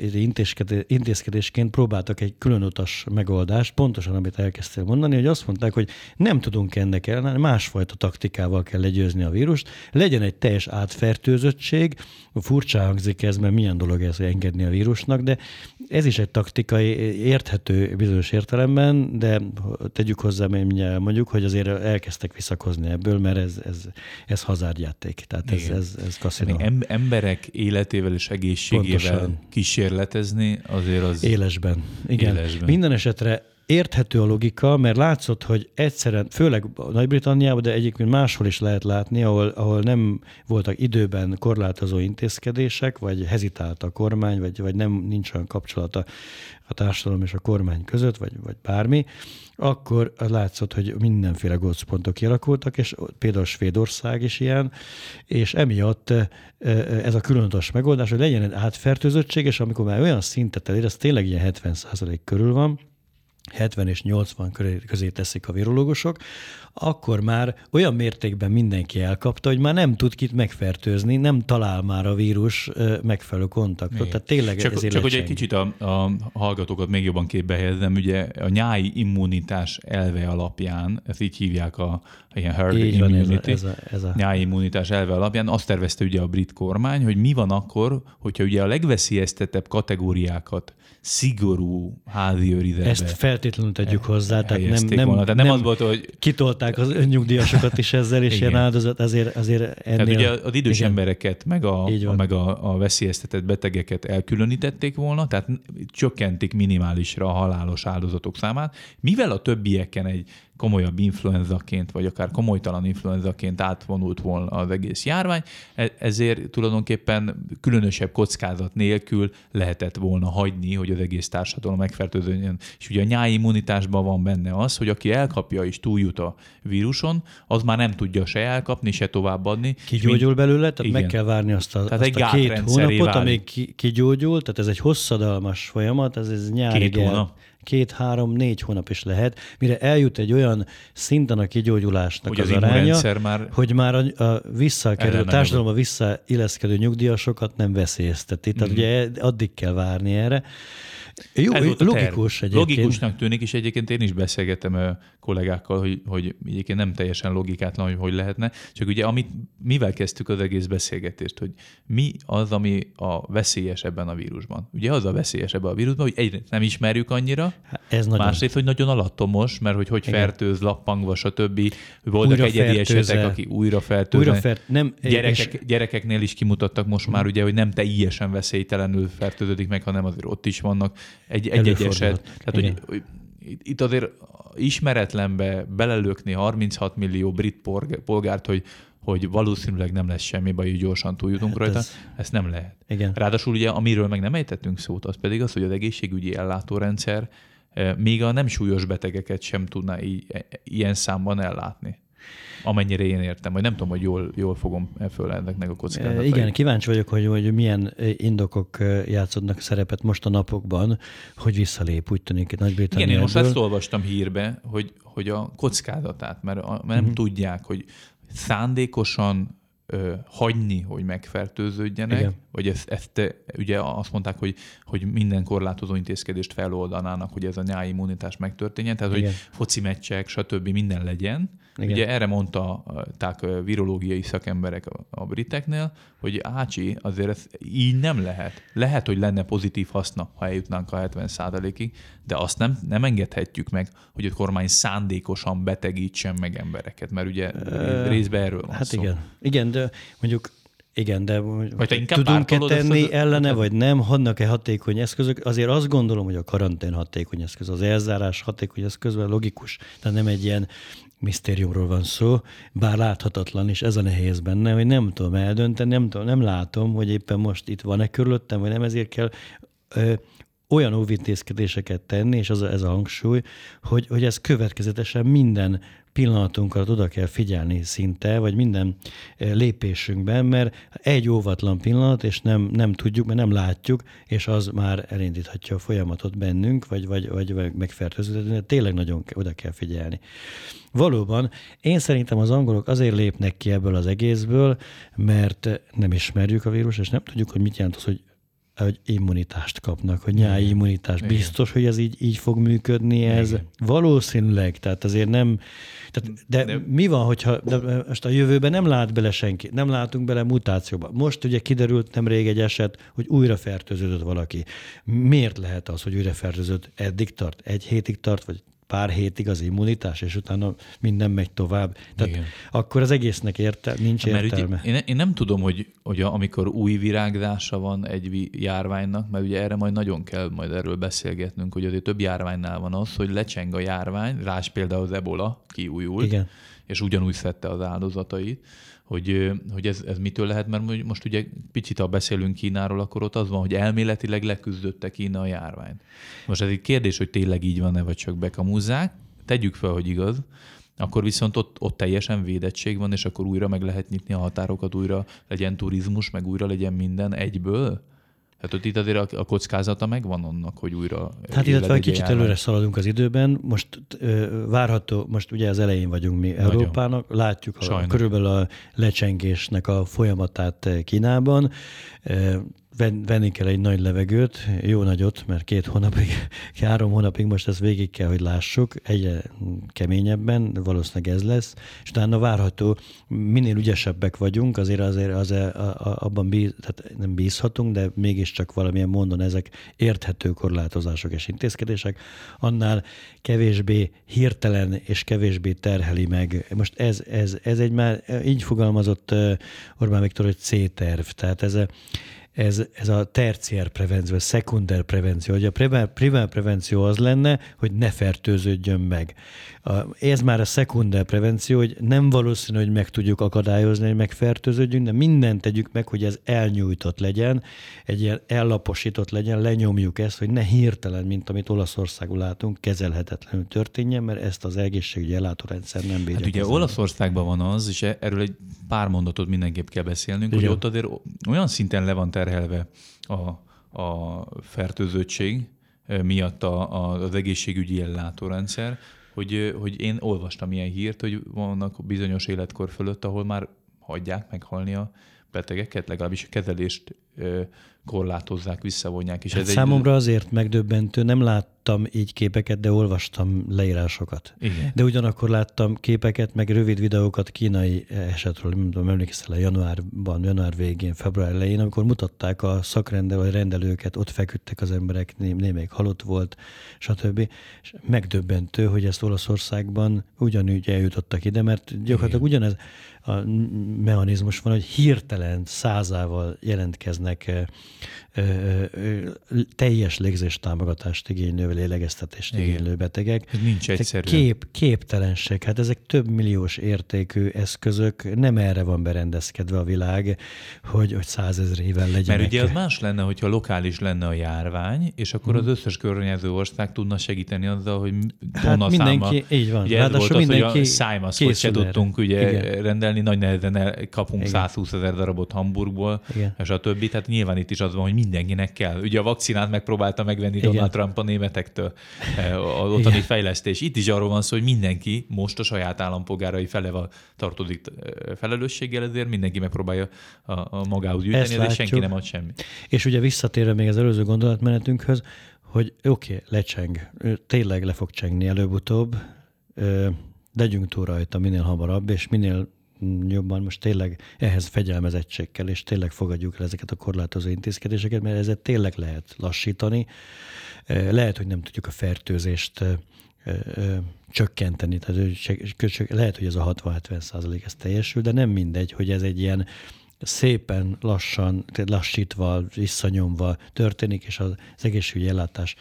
intézkedésként próbáltak egy különutas megoldást, pontosan amit elkezdtél mondani, hogy azt mondták, hogy nem tudunk ennek ellen, másfajta taktikával kell legyőzni a vírust, legyen egy teljes átfertőzöttség, furcsa hangzik ez, mert milyen dolog ez, hogy engedni a vírusnak, de ez is egy taktikai, érthető bizonyos értelemben, de tegyük hozzá, mindjárt mondjuk, hogy azért elkezdtek visszakozni ebből, mert ez, ez, ez hazárdjáték, tehát ez, ez, ez kaszinó. Emberek életével és egészségével pontosan. Kísérletezni azért az... Élesben. Igen. Élesben. Minden esetre érthető a logika, mert látszott, hogy egyszerűen, főleg Nagy-Britanniában, de egyébként máshol is lehet látni, ahol, ahol nem voltak időben korlátozó intézkedések, vagy hezitált a kormány, vagy, vagy nem nincs olyan kapcsolata a társadalom és a kormány között, vagy, vagy bármi, akkor látszott, hogy mindenféle gócpontok kialakultak, és például Svédország is ilyen, és emiatt ez a különatos megoldás, hogy legyen egy átfertőzöttség, és amikor már olyan szintet elér, ez tényleg ilyen hetven százalék körül van, hetven és nyolcvan közé teszik a virológusok, akkor már olyan mértékben mindenki elkapta, hogy már nem tud kit megfertőzni, nem talál már a vírus megfelelő kontaktot. Igen. Tehát tényleg csak, ezért Csak hogy egy kicsit a, a hallgatókat még jobban képbe helyezzem, ugye a nyári immunitás elve alapján, ezt így hívják a, a ilyen herd így immunity, ez a, ez a, ez a... nyári immunitás elve alapján, azt tervezte ugye a brit kormány, hogy mi van akkor, hogyha ugye a legveszélyeztetebb kategóriákat szigorú házi őrizetbe. Ezt feltétlenül tegyük hozzá, tehát nem, nem, volna. Tehát nem, nem az volt, hogy kitolták az önnyugdíjasokat is ezzel, és ilyen áldozat, azért, azért ennél... Tehát ugye az idős igen. embereket, meg, a, a, meg a, a veszélyeztetett betegeket elkülönítették volna, tehát csökkentik minimálisra a halálos áldozatok számát, mivel a többieken egy komolyabb influenzaként, vagy akár komolytalan influenzaként átvonult volna az egész járvány, ezért tulajdonképpen különösebb kockázat nélkül lehetett volna hagyni, hogy az egész társadalom megfertőződjön. És ugye a nyári immunitásban van benne az, hogy aki elkapja és túljut a víruson, az már nem tudja se elkapni, se továbbadni. Kigyógyul belőle, tehát igen. meg kell várni azt a, azt a két hónapot, amíg ki, kigyógyul, tehát ez egy hosszadalmas folyamat, ez, ez nyárig el, két, három, négy hónap is lehet, mire eljut egy olyan szinten a kigyógyulásnak hogy az, az aránya, már hogy már a, a visszakerülő, társadalomba visszailleszkedő nyugdíjasokat nem veszélyezteti. Tehát mm. ugye addig kell várni erre. Jó, logikus egyébként. Logikusnak tűnik, és egyébként én is beszélgetem a kollégákkal, hogy, hogy egyébként nem teljesen logikátlan, hogy hogy lehetne. Csak ugye amit, mivel kezdtük az egész beszélgetést, hogy mi az, ami a veszélyes ebben a vírusban. Ugye az a veszélyes ebben a vírusban, hogy egyrészt nem ismerjük annyira, ez másrészt, hogy nagyon alattomos, mert hogy hogy fertőz, lappangva, stb. Voltak újra egyedi esetek, akik újra fertőznek. Fert, nem, Gyerekek, és... Gyerekeknél is kimutattak most már, ugye, hogy nem teljesen veszélytelenül fertőződik meg, hanem azért ott is vannak egy-egy eset. Tehát, hogy, hogy itt azért ismeretlenbe belelökni harminchat millió brit polgárt, hogy, hogy valószínűleg nem lesz semmi baj, hogy gyorsan túljutunk hát rajta, ez... ezt nem lehet. Igen. Ráadásul ugye, amiről meg nem ejtettünk szót, az pedig az, hogy az egészségügyi ellátórendszer még a nem súlyos betegeket sem tudná így, ilyen számban ellátni. Amennyire én értem, vagy nem tudom, hogy jól, jól fogom föl ennek a kockázatai. Igen, kíváncsi vagyok, hogy, hogy milyen indokok játszodnak szerepet most a napokban, hogy visszalép, úgy tűnik itt Nagy-Britanniából. Igen, én most ezt olvastam hírbe, hogy, hogy a kockázatát, mert, a, mert nem uh-huh. tudják, hogy szándékosan ö, hagyni, hogy megfertőződjenek, igen. vagy ezt, ezt ugye azt mondták, hogy, hogy minden korlátozó intézkedést feloldanának, hogy ez a nyári immunitás megtörténjen, tehát igen. hogy foci meccsek, stb. Minden legyen. Igen. Ugye erre mondták virológiai szakemberek a briteknél, hogy ácsi, azért ez így nem lehet. Lehet, hogy lenne pozitív haszna, ha eljutnánk a hetven százalékig, de azt nem, nem engedhetjük meg, hogy a kormány szándékosan betegítsen meg embereket, mert ugye részben erről van hát szó. igen. Igen, de mondjuk igen, de tudunk-e tenni ellene, a... vagy nem? Vannak-e hatékony eszközök? Azért azt gondolom, hogy a karantén hatékony eszköz, az elzárás hatékony eszköz, logikus. Tehát nem egy ilyen misztériumról van szó, bár láthatatlan, és ez a nehéz benne, hogy nem tudom eldönteni, nem, tudom, nem látom, hogy éppen most itt van-e körülöttem, vagy nem, ezért kell ö, olyan óvintézkedéseket tenni, és az a, ez a hangsúly, hogy, hogy ez következetesen minden pillanatunkat oda kell figyelni szinte, vagy minden lépésünkben, mert egy óvatlan pillanat, és nem, nem tudjuk, mert nem látjuk, és az már elindíthatja a folyamatot bennünk, vagy, vagy, vagy megfertőződni, tényleg nagyon oda kell figyelni. Valóban, én szerintem az angolok azért lépnek ki ebből az egészből, mert nem ismerjük a vírus, és nem tudjuk, hogy mit jelent az, hogy hogy immunitást kapnak, hogy nyári immunitás. Igen. Biztos, hogy ez így, így fog működni, ez igen. valószínűleg, tehát azért nem, tehát, de, de mi van, hogyha de most a jövőben nem lát bele senki, nem látunk bele mutációba. Most ugye kiderült nemrég egy eset, hogy újra fertőződött valaki. Miért lehet az, hogy újra fertőzött? Eddig tart? Egy hétig tart? Vagy pár hétig az immunitás, és utána minden megy tovább. Tehát igen. akkor az egésznek érte, nincs mert értelme. Ugye, én, én nem tudom, hogy, hogy amikor új virágzása van egy járványnak, mert ugye erre majd nagyon kell majd erről beszélgetnünk, hogy azért több járványnál van az, hogy lecseng a járvány, rás például az ebola kiújult, igen. és ugyanúgy szedte az áldozatait, hogy, hogy ez, ez mitől lehet, mert most ugye picit, ha beszélünk Kínáról, akkor ott az van, hogy elméletileg leküzdötte Kína a járványt. Most ez egy kérdés, hogy tényleg így van-e, vagy csak bekamúzzák. Tegyük fel, hogy igaz, akkor viszont ott, ott teljesen védettség van, és akkor újra meg lehet nyitni a határokat, újra legyen turizmus, meg újra legyen minden egyből. Hát ott itt azért a kockázata megvan annak, hogy újra... Hát illetve egy kicsit járvány. Előre szaladunk az időben. Most ö, várható, most ugye az elején vagyunk mi Nagyon. Európának, látjuk a, körülbelül a lecsengésnek a folyamatát Kínában. Venni kell egy nagy levegőt, jó nagyot, mert két hónapig, három hónapig most ezt végig kell, hogy lássuk, egyre keményebben, valószínűleg ez lesz, és utána várható, minél ügyesebbek vagyunk, azért azért, azért abban bíz, tehát nem bízhatunk, de mégiscsak valamilyen módon ezek érthető korlátozások és intézkedések, annál kevésbé hirtelen és kevésbé terheli meg. Most ez, ez, ez egy már, így fogalmazott Orbán Viktor, hogy C-terv, tehát ez a Ez, ez a terciár prevenció, a szekunder prevenció, hogy a primár prevenció az lenne, hogy ne fertőződjön meg. A, ez már a szekunder prevenció, hogy nem valószínű, hogy meg tudjuk akadályozni, hogy megfertőződjünk, de mindent tegyük meg, hogy ez elnyújtott legyen, egy ilyen ellaposított legyen, lenyomjuk ezt, hogy ne hirtelen, mint amit Olaszországban látunk, kezelhetetlenül történjen, mert ezt az egészségügyi ellátórendszer nem bírja. Hát ugye kezelni. Olaszországban van az, és erről egy pár mondatot mindenképp kell beszélnünk, igen. hogy ott azért olyan szinten le van terhelve a, a fertőzöttség miatt a, a, az egészségügyi ellátórendszer, hogy, hogy én olvastam ilyen hírt, hogy vannak bizonyos életkor fölött, ahol már hagyják meghalni a betegeket, legalábbis a kezelést korlátozzák, visszavonják. És hát ez számomra egy... azért megdöbbentő, nem láttam így képeket, de olvastam leírásokat. Igen. De ugyanakkor láttam képeket, meg rövid videókat kínai esetről, nem tudom, emlékszel, januárban, január végén, február elején, amikor mutatták a szakrendelő, vagy rendelőket, ott feküdtek az emberek, némelyik halott volt, stb. És megdöbbentő, hogy ezt Olaszországban ugyanúgy eljutottak ide, mert gyakorlatilag igen. ugyanez a mechanizmus van, hogy hirtelen százával jelentkeznek ö, ö, ö, teljes légzéstámogatást igénylő, lélegeztetést igénylő betegek. Ez nincs egyszerű. Kép, képtelenség. Hát ezek több milliós értékű eszközök, nem erre van berendezkedve a világ, hogy, hogy százezrével legyenek. Mert ugye az más lenne, hogyha lokális lenne a járvány, és akkor hmm. az összes környező ország tudna segíteni azzal, hogy hát mindenki, így van. Ugye ez volt az, hogy a szájmaszkot se tudtunk ugye rendelni, nagy nehezen kapunk százhúszezer darabot Hamburgból, igen. és a többi. Tehát nyilván itt is az van, hogy mindenkinek kell. Ugye a vakcinát megpróbálta megvenni igen. Donald Trump a németektől, az ottani fejlesztés. Itt is arról van szó, hogy mindenki most a saját állampolgárai fele tartozik felelősséggel, ezért mindenki megpróbálja a, a magához gyűjteni, és senki nem ad semmit. És ugye visszatérve még az előző gondolatmenetünkhöz, hogy oké, okay, lecseng, tényleg le fog csengni előbb-utóbb, legyünk túl rajta minél hamarabb, és minél jobban most tényleg ehhez fegyelmezettség kell, és tényleg fogadjuk el ezeket a korlátozó intézkedéseket, mert ezzel tényleg lehet lassítani. Lehet, hogy nem tudjuk a fertőzést csökkenteni, tehát lehet, hogy ez a hatvan-hetven százalék ez teljesül, de nem mindegy, hogy ez egy ilyen szépen lassan, lassítva, visszanyomva történik, és az egészségügyi ellátás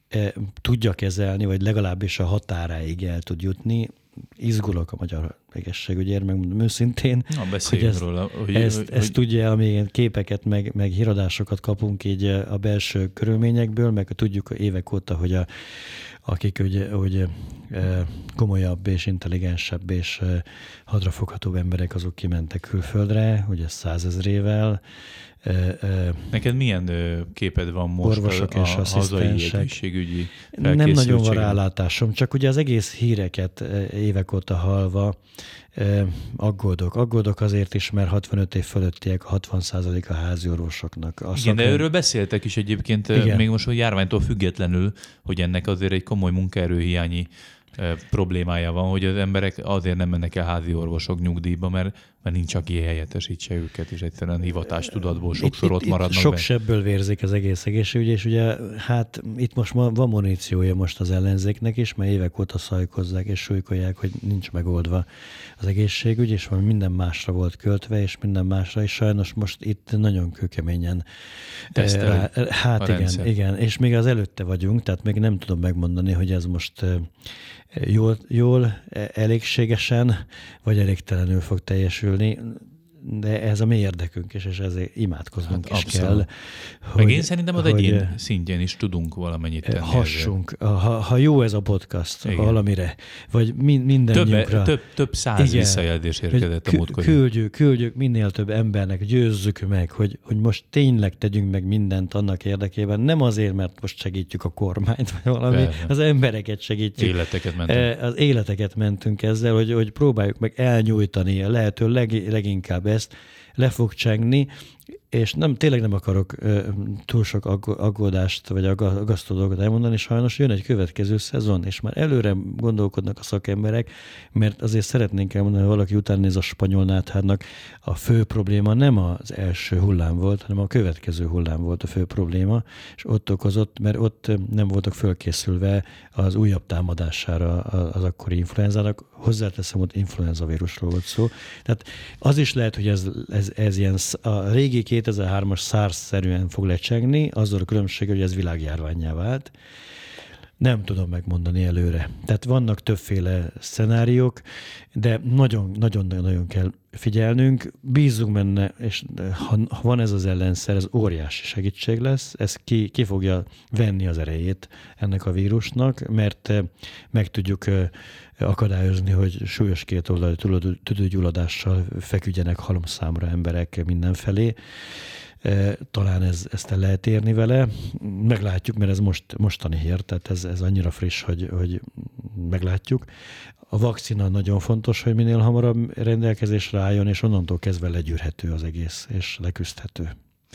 tudja kezelni, vagy legalábbis a határáig el tud jutni. Izgulok a magyar egészségügyért, megmondom őszintén, Na, hogy ezt, róla, hogy, ezt, hogy, ezt tudja, amilyen képeket, meg, meg híradásokat kapunk így a belső körülményekből, meg tudjuk évek óta, hogy a, akik ugye, ugye komolyabb és intelligensebb és hadrafoghatóbb emberek, azok kimentek külföldre, ugye százezrével. Neked milyen képed van most orvosok a, és a hazai egészségügyi Nem nagyon van rálátásom, csak ugye az egész híreket évek óta hallva aggódok. Aggódok azért is, mert hatvanöt év fölöttiek, a hatvan százalék a házi orvosoknak. Igen, szakon... de őről beszéltek is egyébként, igen. még most a járványtól függetlenül, hogy ennek azért egy komoly munkaerőhiányi problémája van, hogy az emberek azért nem mennek el házi orvosok nyugdíjba, mert, mert nincs, aki helyettesítse őket, és egyszerűen hivatástudatból sokszor itt, ott itt, maradnak itt sok be. sebből vérzik az egész egészségügy, és ugye hát itt most van muníciója most az ellenzéknek is, mert évek óta szajkozzák és súlykolják, hogy nincs megoldva az egészségügy, és van minden másra volt költve, és minden másra, és sajnos most itt nagyon kőkeményen. Rá, hát igen, rendszer. igen, és még az előtte vagyunk, tehát még nem tudom megmondani, hogy ez most jól, jól, elégségesen, vagy elégtelenül fog teljesülni, de ez a mi érdekünk is, és ezért imádkoznunk hát is abszolút. kell. Hogy, meg én szerintem az egyén szintjén is tudunk valamennyit tenni. Hassunk. Ha, ha jó ez a podcast igen. valamire, vagy mindennyiunkra. Több, több, több száz visszajelzés érkezett a múltkor. Küldjük, küldjük minél több embernek, győzzük meg, hogy, hogy most tényleg tegyünk meg mindent annak érdekében. Nem azért, mert most segítjük a kormányt, vagy valami, Persze. az embereket segítjük. Életeket mentünk. Az életeket mentünk ezzel, hogy, hogy próbáljuk meg elnyújtani a lehető leg, leginkább ezt le fog csengni, és nem, tényleg nem akarok uh, túl sok aggódást vagy aggasztó dolgot elmondani, sajnos jön egy következő szezon, és már előre gondolkodnak a szakemberek, mert azért szeretnénk elmondani, hogy valaki után néz a spanyol náthárnak, a fő probléma nem az első hullám volt, hanem a következő hullám volt a fő probléma, és ott okozott, mert ott nem voltak fölkészülve az újabb támadására az akkori influenzának, hozzáteszem, ott influenza vírusról volt szó. Tehát az is lehet, hogy ez, ez, ez ilyen a régi kétezer-hármas SARS-szerűen fog lecsengni, azzal a különbség, hogy ez világjárvánnyá vált. Nem tudom megmondani előre. Tehát vannak többféle szenáriók, de nagyon-nagyon kell figyelnünk. Bízzunk benne, és ha, ha van ez az ellenszer, ez óriási segítség lesz. Ez ki, ki fogja venni az erejét ennek a vírusnak, mert meg tudjuk akadályozni, hogy súlyos kétoldalú tüdőgyulladással feküdjenek halomszámra emberek mindenfelé. Talán ez, ezt el lehet érni vele. Meglátjuk, mert ez most, mostani hír, tehát ez, ez annyira friss, hogy, hogy meglátjuk. A vakcina nagyon fontos, hogy minél hamarabb rendelkezésre álljon, és onnantól kezdve legyűrhető az egész, és leküzdhető.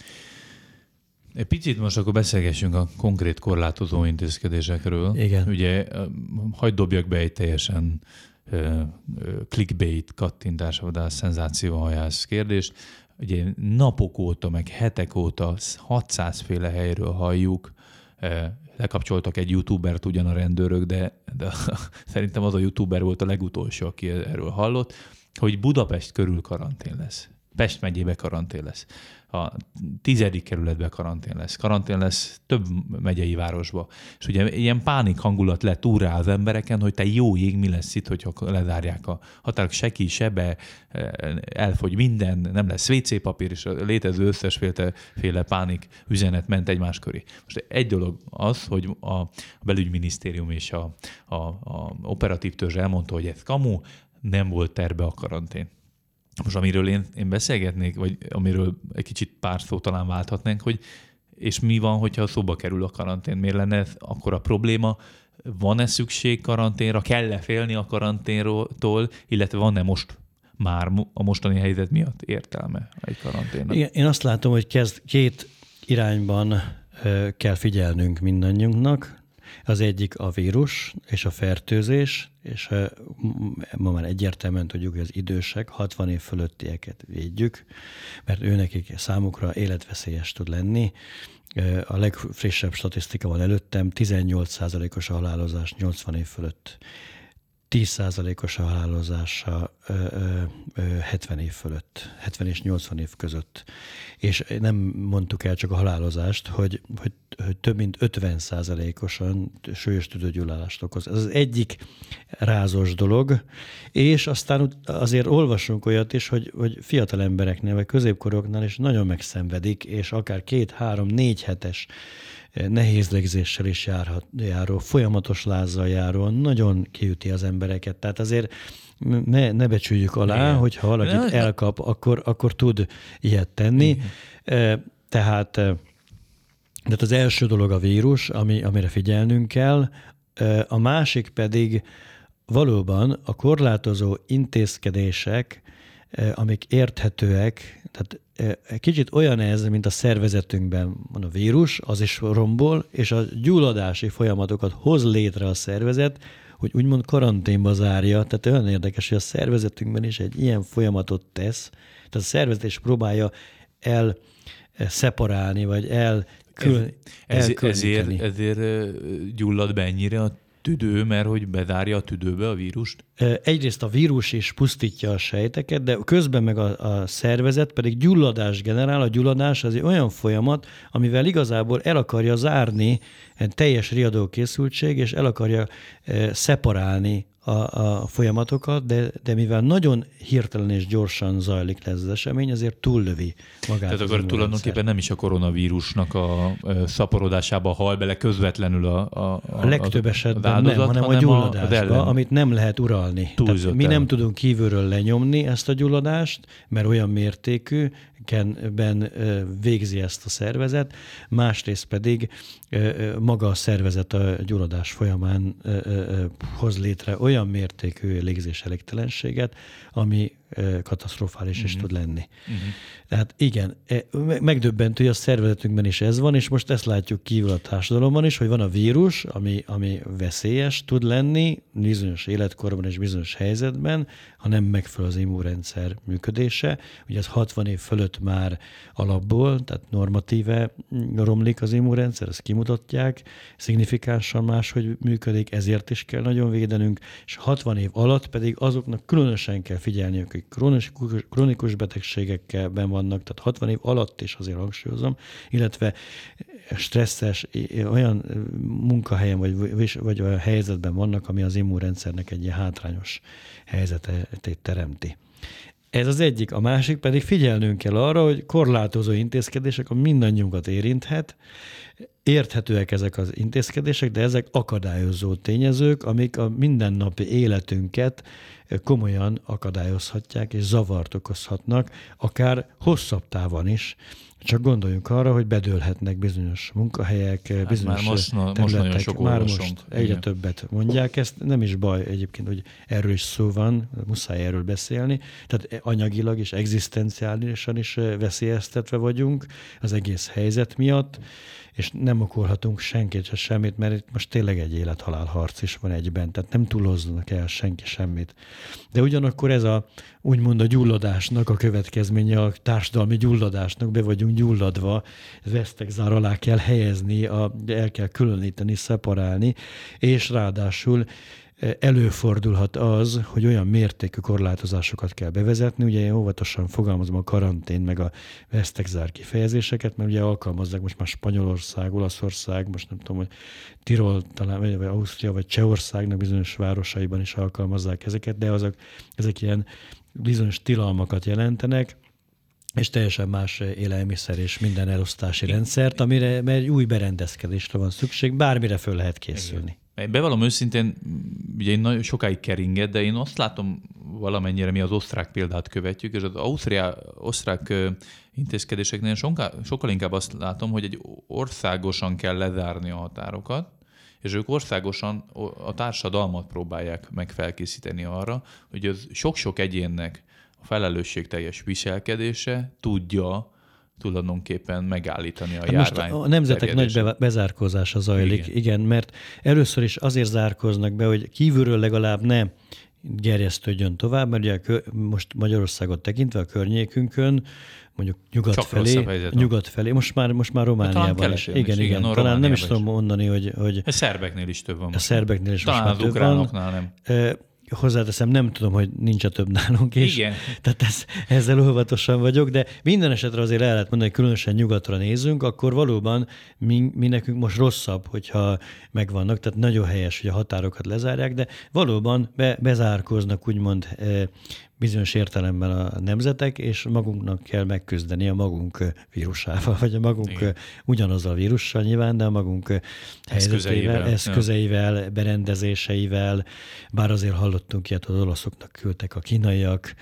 Egy picit most akkor beszélgessünk a konkrét korlátozó intézkedésekről. Igen. Ugye, hagyd dobjak be egy teljesen uh, clickbait kattintásodás, szenzációhajász kérdést. Ugye napok óta, meg hetek óta hatszáz féle helyről halljuk, lekapcsoltak egy youtubert ugyan a rendőrök, de, de szerintem az a youtuber volt a legutolsó, aki erről hallott, hogy Budapest körül karantén lesz. Pest megyébe karantén lesz. A tizedik kerületben karantén lesz. Karantén lesz több megyei városba. És ugye ilyen pánik hangulat lett úrrá az embereken, hogy te jó ég, mi lesz itt, hogyha lezárják a határok, se ki, se be, elfogy minden, nem lesz vé cé papír, és a létező összesféle féle pánik üzenet ment egymás köré. Most egy dolog az, hogy a belügyminisztérium és a, a, a operatív törzs elmondta, hogy ez kamu, nem volt terve a karantén. Most amiről én, én beszélgetnék, vagy amiről egy kicsit pár szó talán válthatnánk, hogy és mi van, hogyha szóba kerül a karantén? Miért lenne ez akkor a probléma? Van-e szükség karanténra? Kell-e félni a karanténtól? Illetve van-e most már a mostani helyzet miatt értelme egy karanténnak? Igen, én azt látom, hogy kezd, két irányban kell figyelnünk mindannyiunknak. Az egyik a vírus és a fertőzés, és ma már egyértelműen tudjuk, hogy az idősek, hatvan év fölöttieket védjük, mert őnekik számukra életveszélyes tud lenni. A legfrissebb statisztika van előttem, tizennyolc százalékos a halálozás nyolcvan év fölött, tíz százalékos a halálozása hetven év fölött, hetven és nyolcvan év között. És nem mondtuk el csak a halálozást, hogy, hogy, hogy több mint ötven százalékosan súlyos tüdőgyulladást okoz. Ez az egyik rázós dolog, és aztán azért olvasunk olyat is, hogy, hogy fiatal embereknél, vagy középkoroknál is nagyon megszenvedik, és akár két, három, négy hetes nehéz légzéssel is járhat, járó, folyamatos lázzal járó, nagyon kiüti az embereket. Tehát azért ne, ne becsüljük alá, igen, hogyha valakit elkap, akkor, akkor tud ilyet tenni. Igen. Tehát, tehát az első dolog a vírus, ami, amire figyelnünk kell, a másik pedig valóban a korlátozó intézkedések, amik érthetőek, tehát kicsit olyan ez, mint a szervezetünkben van a vírus, az is rombol, és a gyulladási folyamatokat hoz létre a szervezet, hogy úgymond karanténba zárja. Tehát olyan érdekes, hogy a szervezetünkben is egy ilyen folyamatot tesz, tehát a szervezet is próbálja el szeparálni, vagy el külön, ez, ezért, ezért gyullad be ennyire a tüdő, mert hogy bezárja a tüdőbe a vírust? Egyrészt a vírus is pusztítja a sejteket, de közben meg a, a szervezet pedig gyulladást generál. A gyulladás az egy olyan folyamat, amivel igazából el akarja zárni teljes riadókészültség, és el akarja szeparálni a, a folyamatokat, de, de mivel nagyon hirtelen és gyorsan zajlik ez az esemény, ezért túllövi magát. Tehát akkor tulajdonképpen nem is a koronavírusnak a szaporodásába hal bele közvetlenül a, a, a legtöbb esetben áldozat, nem, hanem, hanem a gyulladásba, a, amit nem lehet uralni. Tehát mi nem tudunk kívülről lenyomni ezt a gyulladást, mert olyan mértékű, ben végzi ezt a szervezet, másrészt pedig maga a szervezet a gyulladás folyamán hoz létre olyan mértékű légzéselégtelenséget, ami katasztrofális mm-hmm. is tud lenni. Mm-hmm. Tehát igen, megdöbbentő, hogy a szervezetünkben is ez van, és most ezt látjuk kívül a társadalomban is, hogy van a vírus, ami, ami veszélyes tud lenni bizonyos életkorban és bizonyos helyzetben, ha nem megfelel az immunrendszer működése. Ugye ez hatvan év fölött már alapból, tehát normatíve romlik az immunrendszer, ezt kimutatják, szignifikánsan máshogy működik, ezért is kell nagyon védenünk, és hatvan év alatt pedig azoknak különösen kell figyelniük, hogy krónikus, krónikus betegségekben vannak, tehát hatvan év alatt is azért hangsúlyozom, illetve stresszes, olyan munkahelyen vagy, vagy olyan helyzetben vannak, ami az immunrendszernek egy ilyen hátrányos helyzetét teremti. Ez az egyik. A másik pedig figyelnünk kell arra, hogy korlátozó intézkedések, ami mindannyiunkat érinthet, érthetőek ezek az intézkedések, de ezek akadályozó tényezők, amik a mindennapi életünket komolyan akadályozhatják és zavart okozhatnak, akár hosszabb távon is. Csak gondoljunk arra, hogy bedőlhetnek bizonyos munkahelyek, hát bizonyos már most, területek. Most nagyon sok már most egyre igen. többet mondják. Ezt nem is baj egyébként, hogy erről is szó van, muszáj erről beszélni. Tehát anyagilag és egzisztenciálisan is veszélyeztetve vagyunk az egész helyzet miatt, és nem okolhatunk senkit se semmit, mert itt most tényleg egy élet-halál harc is van egyben, tehát nem túloznak el senki semmit. De ugyanakkor ez a úgymond a gyulladásnak a következménye, a társadalmi gyulladásnak, be vagyunk gyulladva, vesztegzár alá kell helyezni, a, el kell különíteni, szeparálni, és ráadásul előfordulhat az, hogy olyan mértékű korlátozásokat kell bevezetni, ugye én óvatosan fogalmazom a karantén meg a vesztegzár kifejezéseket, mert ugye alkalmazzák most már Spanyolország, Olaszország, most nem tudom, hogy Tirol, talán, vagy Ausztria, vagy Csehországnak bizonyos városaiban is alkalmazzák ezeket, de azok, ezek ilyen bizonyos tilalmakat jelentenek, és teljesen más élelmiszer és minden elosztási rendszert, amire egy új berendezkedésre van szükség, bármire föl lehet készülni. Bevallom őszintén, ugye én nagyon sokáig keringett, de én azt látom valamennyire, mi az osztrák példát követjük, és az ausztriá, osztrák intézkedéseknél sokkal, sokkal inkább azt látom, hogy egy országosan kell lezárni a határokat, és ők országosan a társadalmat próbálják meg felkészíteni arra, hogy az sok-sok egyénnek a felelősségteljes viselkedése tudja tulajdonképpen megállítani a hát járvány. Most a nemzetek nagy be- bezárkózása zajlik, igen. igen, mert először is azért zárkóznak be, hogy kívülről legalább ne gerjesztődjön tovább, mert ugye kö- most Magyarországot tekintve a környékünkön, mondjuk nyugat Csak felé, nyugat felé, most már, most már Romániában is. Igen, igen, igen. Talán Romániában nem is tudom mondani, hogy... hogy a szerbeknél is több van. A szerbeknél is talán most már több van. Talán az ukránoknál nem. Hozzáteszem, nem tudom, hogy nincs a több nálunk is. Igen. Tehát ez, ezzel óvatosan vagyok, de minden esetre azért el lehet mondani, hogy különösen nyugatra nézünk, akkor valóban mi, mi nekünk most rosszabb, hogyha megvannak, tehát nagyon helyes, hogy a határokat lezárják, de valóban be, bezárkóznak úgymond bizonyos értelemben a nemzetek, és magunknak kell megküzdeni a magunk vírusával, vagy a magunk Igen. ugyanazzal a vírussal nyilván, de a magunk helyzetével, eszközeivel, ja. berendezéseivel, bár azért hallottunk ilyet, hogy az olaszoknak küldtek a kínaiak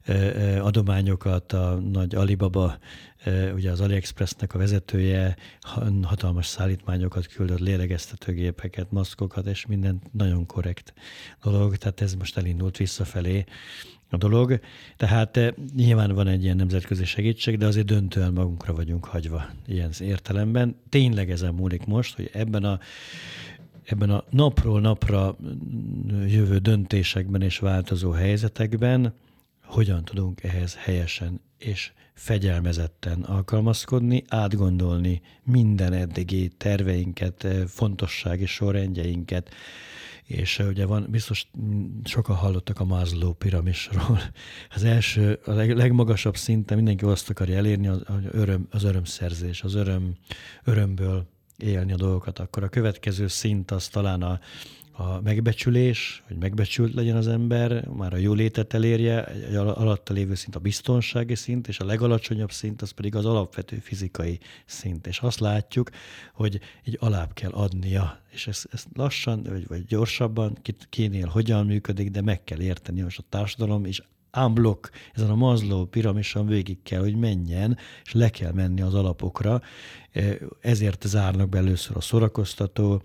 adományokat, a nagy Alibaba, ugye az AliExpressnek a vezetője hatalmas szállítmányokat küldött, lélegeztetőgépeket, maszkokat, és minden nagyon korrekt dolog, tehát ez most elindult visszafelé a dolog. Tehát nyilván van egy ilyen nemzetközi segítség, de azért döntően magunkra vagyunk hagyva ilyen értelemben. Tényleg ezen múlik most, hogy ebben a ebben a napról napra jövő döntésekben és változó helyzetekben hogyan tudunk ehhez helyesen és fegyelmezetten alkalmazkodni, átgondolni minden eddigi terveinket, fontossági sorrendjeinket, és ugye van, biztos sokan hallottak a Maslow piramisról. Az első, a leg, legmagasabb szinten mindenki azt akarja elérni, az, az, öröm, az örömszerzés, az öröm, örömből élni a dolgokat. Akkor a következő szint az talán a, a megbecsülés, hogy megbecsült legyen az ember, már a jólétet elérje, egy alatta lévő szint a biztonsági szint, és a legalacsonyabb szint az pedig az alapvető fizikai szint. És azt látjuk, hogy így alább kell adnia, és ezt, ezt lassan, vagy, vagy gyorsabban, kinél hogyan működik, de meg kell érteni, most a társadalom is unblock, ezen a Maslow piramison végig kell, hogy menjen, és le kell menni az alapokra. Ezért zárnak be először a szórakoztató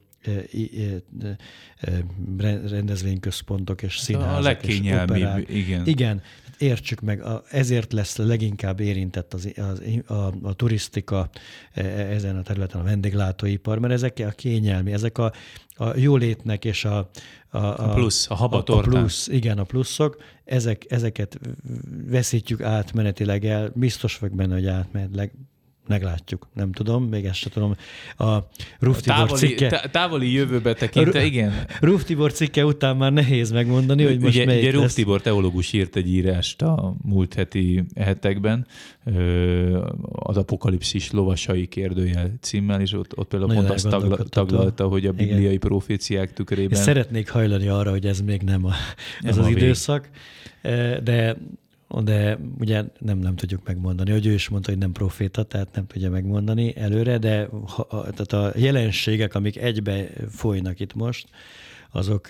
rendezvényközpontok és színházak. A legkényelmibb, igen. Igen, értsük meg, ezért lesz leginkább érintett az, az, a, a turisztika ezen a területen, a vendéglátóipar, mert ezek a kényelmi, ezek a, a jólétnek és a, a, a plusz, a habatortán. A plusz, igen, a pluszok, ezek, ezeket veszítjük átmenetileg el, biztos vagyok benne, hogy átmenetileg meglátjuk, nem tudom, még ezt sem tudom. A Ruf Tibor távoli, cikke... tá- távoli jövőbe tekintve, igen. Ruf Tibor cikke után már nehéz megmondani, hogy most ugye, melyik ugye lesz. Ruf Tibor teológus írt egy írást a múlt heti hetekben, az Apokalipszis lovasai kérdőjel címmel, és ott, ott például nagyon pont azt tagla, taglalta, hogy a bibliai igen. proféciák tükrében... Én szeretnék hajlani arra, hogy ez még nem a, az az időszak, de... de ugye nem, nem tudjuk megmondani, hogy ő is mondta, hogy nem proféta, tehát nem tudja megmondani előre, de ha, a, tehát a jelenségek, amik egybe folynak itt most, azok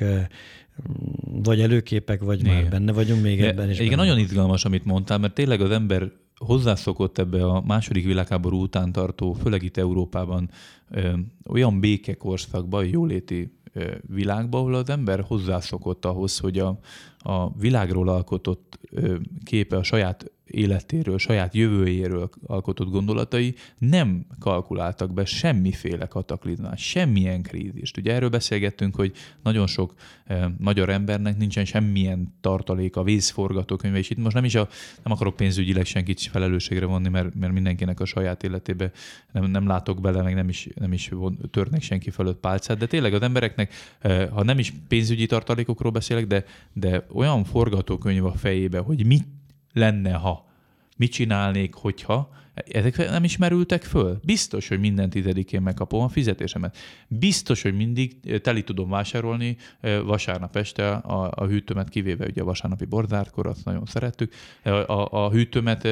vagy előképek, vagy igen. már benne vagyunk még de ebben is. Igen, nagyon izgalmas, amit mondtál, mert tényleg az ember hozzászokott ebbe a második világháború után tartó, főleg itt Európában ö, olyan békekorszakba, jóléti ö, világba, ahol az ember hozzászokott ahhoz, hogy a, a világról alkotott ö, képe, a saját életéről, saját jövőjéről alkotott gondolatai nem kalkuláltak be semmiféle kataklizmát, semmilyen krízist. Ugye erről beszélgettünk, hogy nagyon sok eh, magyar embernek nincsen semmilyen tartalék a vészforgatókönyve, és itt most nem is a, nem akarok pénzügyileg senkit felelősségre vonni, mert, mert mindenkinek a saját életébe nem, nem látok bele, meg nem is, nem is törnek senki fölött pálcát, de tényleg az embereknek, eh, ha nem is pénzügyi tartalékokról beszélek, de, de olyan forgatókönyv a fejébe, hogy mit lenne, ha? Mit csinálnék, hogyha? Ezek nem is merültek föl? Biztos, hogy minden tizedikén megkapom a fizetésemet. Biztos, hogy mindig teli tudom vásárolni vasárnap este a, a hűtőmet, kivéve ugye a vasárnapi borzárkor, azt nagyon szerettük. A, a hűtőmet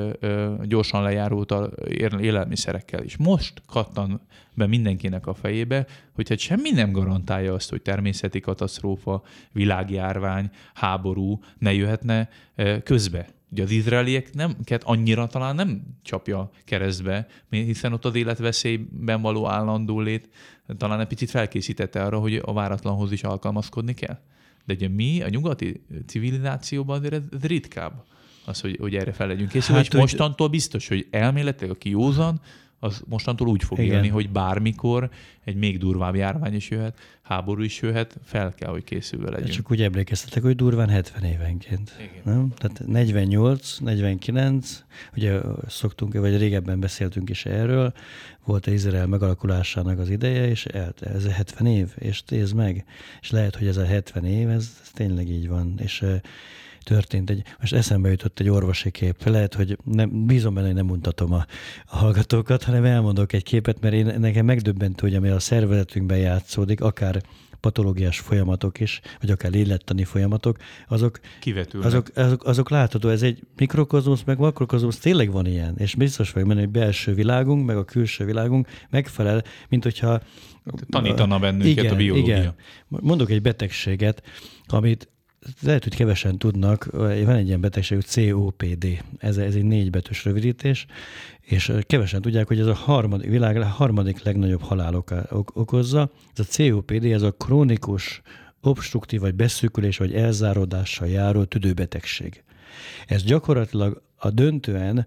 gyorsan lejárult élelmiszerekkel is. Most kattan be mindenkinek a fejébe, hogy hát semmi nem garantálja azt, hogy természeti katasztrófa, világjárvány, háború ne jöhetne közbe. Ugye az izraeliek nem, annyira talán nem csapja keresztbe, hiszen ott az életveszélyben való állandó lét talán egy picit felkészítette arra, hogy a váratlanhoz is alkalmazkodni kell. De ugye mi a nyugati civilizációban azért ez, ez ritkább az, hogy, hogy erre fel legyünk készülve, hát, és mostantól biztos, hogy elméletileg aki józan, az mostantól úgy fog igen. élni, hogy bármikor egy még durvább járvány is jöhet, háború is jöhet, fel kell, hogy készülve legyünk. Csak úgy emlékeztetek, hogy durván hetven évenként. Igen. Nem? Tehát negyvennyolc, negyvenkilenc, ugye szoktunk, vagy régebben beszéltünk is erről, volt az Izrael megalakulásának az ideje, és ez a hetven év, és nézd meg. És lehet, hogy ez a hetven év, ez, ez tényleg így van. És történt egy, most eszembe jutott egy orvosi kép. Lehet, hogy nem, bízom benne, hogy nem mutatom a, a hallgatókat, hanem elmondok egy képet, mert én, nekem megdöbbentő, hogy ami a szervezetünkben játszódik, akár patológiás folyamatok is, vagy akár élettani folyamatok, azok, azok, azok, azok látható. Ez egy mikrokozmosz, meg makrokozmosz, tényleg van ilyen, és biztos vagyok benne, hogy belső világunk, meg a külső világunk megfelel, mint hogyha... Tanítana bennünket igen, a biológia. Igen. Mondok egy betegséget, amit lehet, hogy kevesen tudnak, van egy ilyen betegség, hogy cé o pé dé, ez, ez egy négybetűs rövidítés, és kevesen tudják, hogy ez a harmadik, világ harmadik legnagyobb halál okozza. Ez a cé o pé dé, ez a krónikus, obstruktív, vagy beszűkülés, vagy elzáródással járó tüdőbetegség. Ez gyakorlatilag a döntően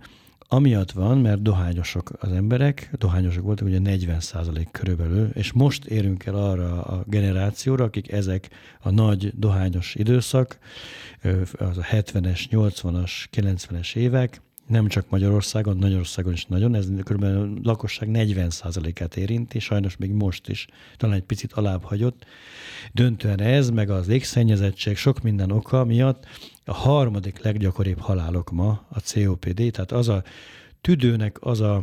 amiatt van, mert dohányosok az emberek, dohányosok voltak ugye negyven százalék körülbelül, és most érünk el arra a generációra, akik ezek a nagy dohányos időszak, az a hetvenes, nyolcvanas, kilencvenes évek, nem csak Magyarországon, Magyarországon is nagyon, ez kb. A lakosság negyven százalékát érinti, sajnos még most is, talán egy picit alább hagyott. Döntően ez, meg az légszennyezettség, sok minden oka miatt a harmadik leggyakoribb halálok ma a cé o pé dé, tehát az a tüdőnek az a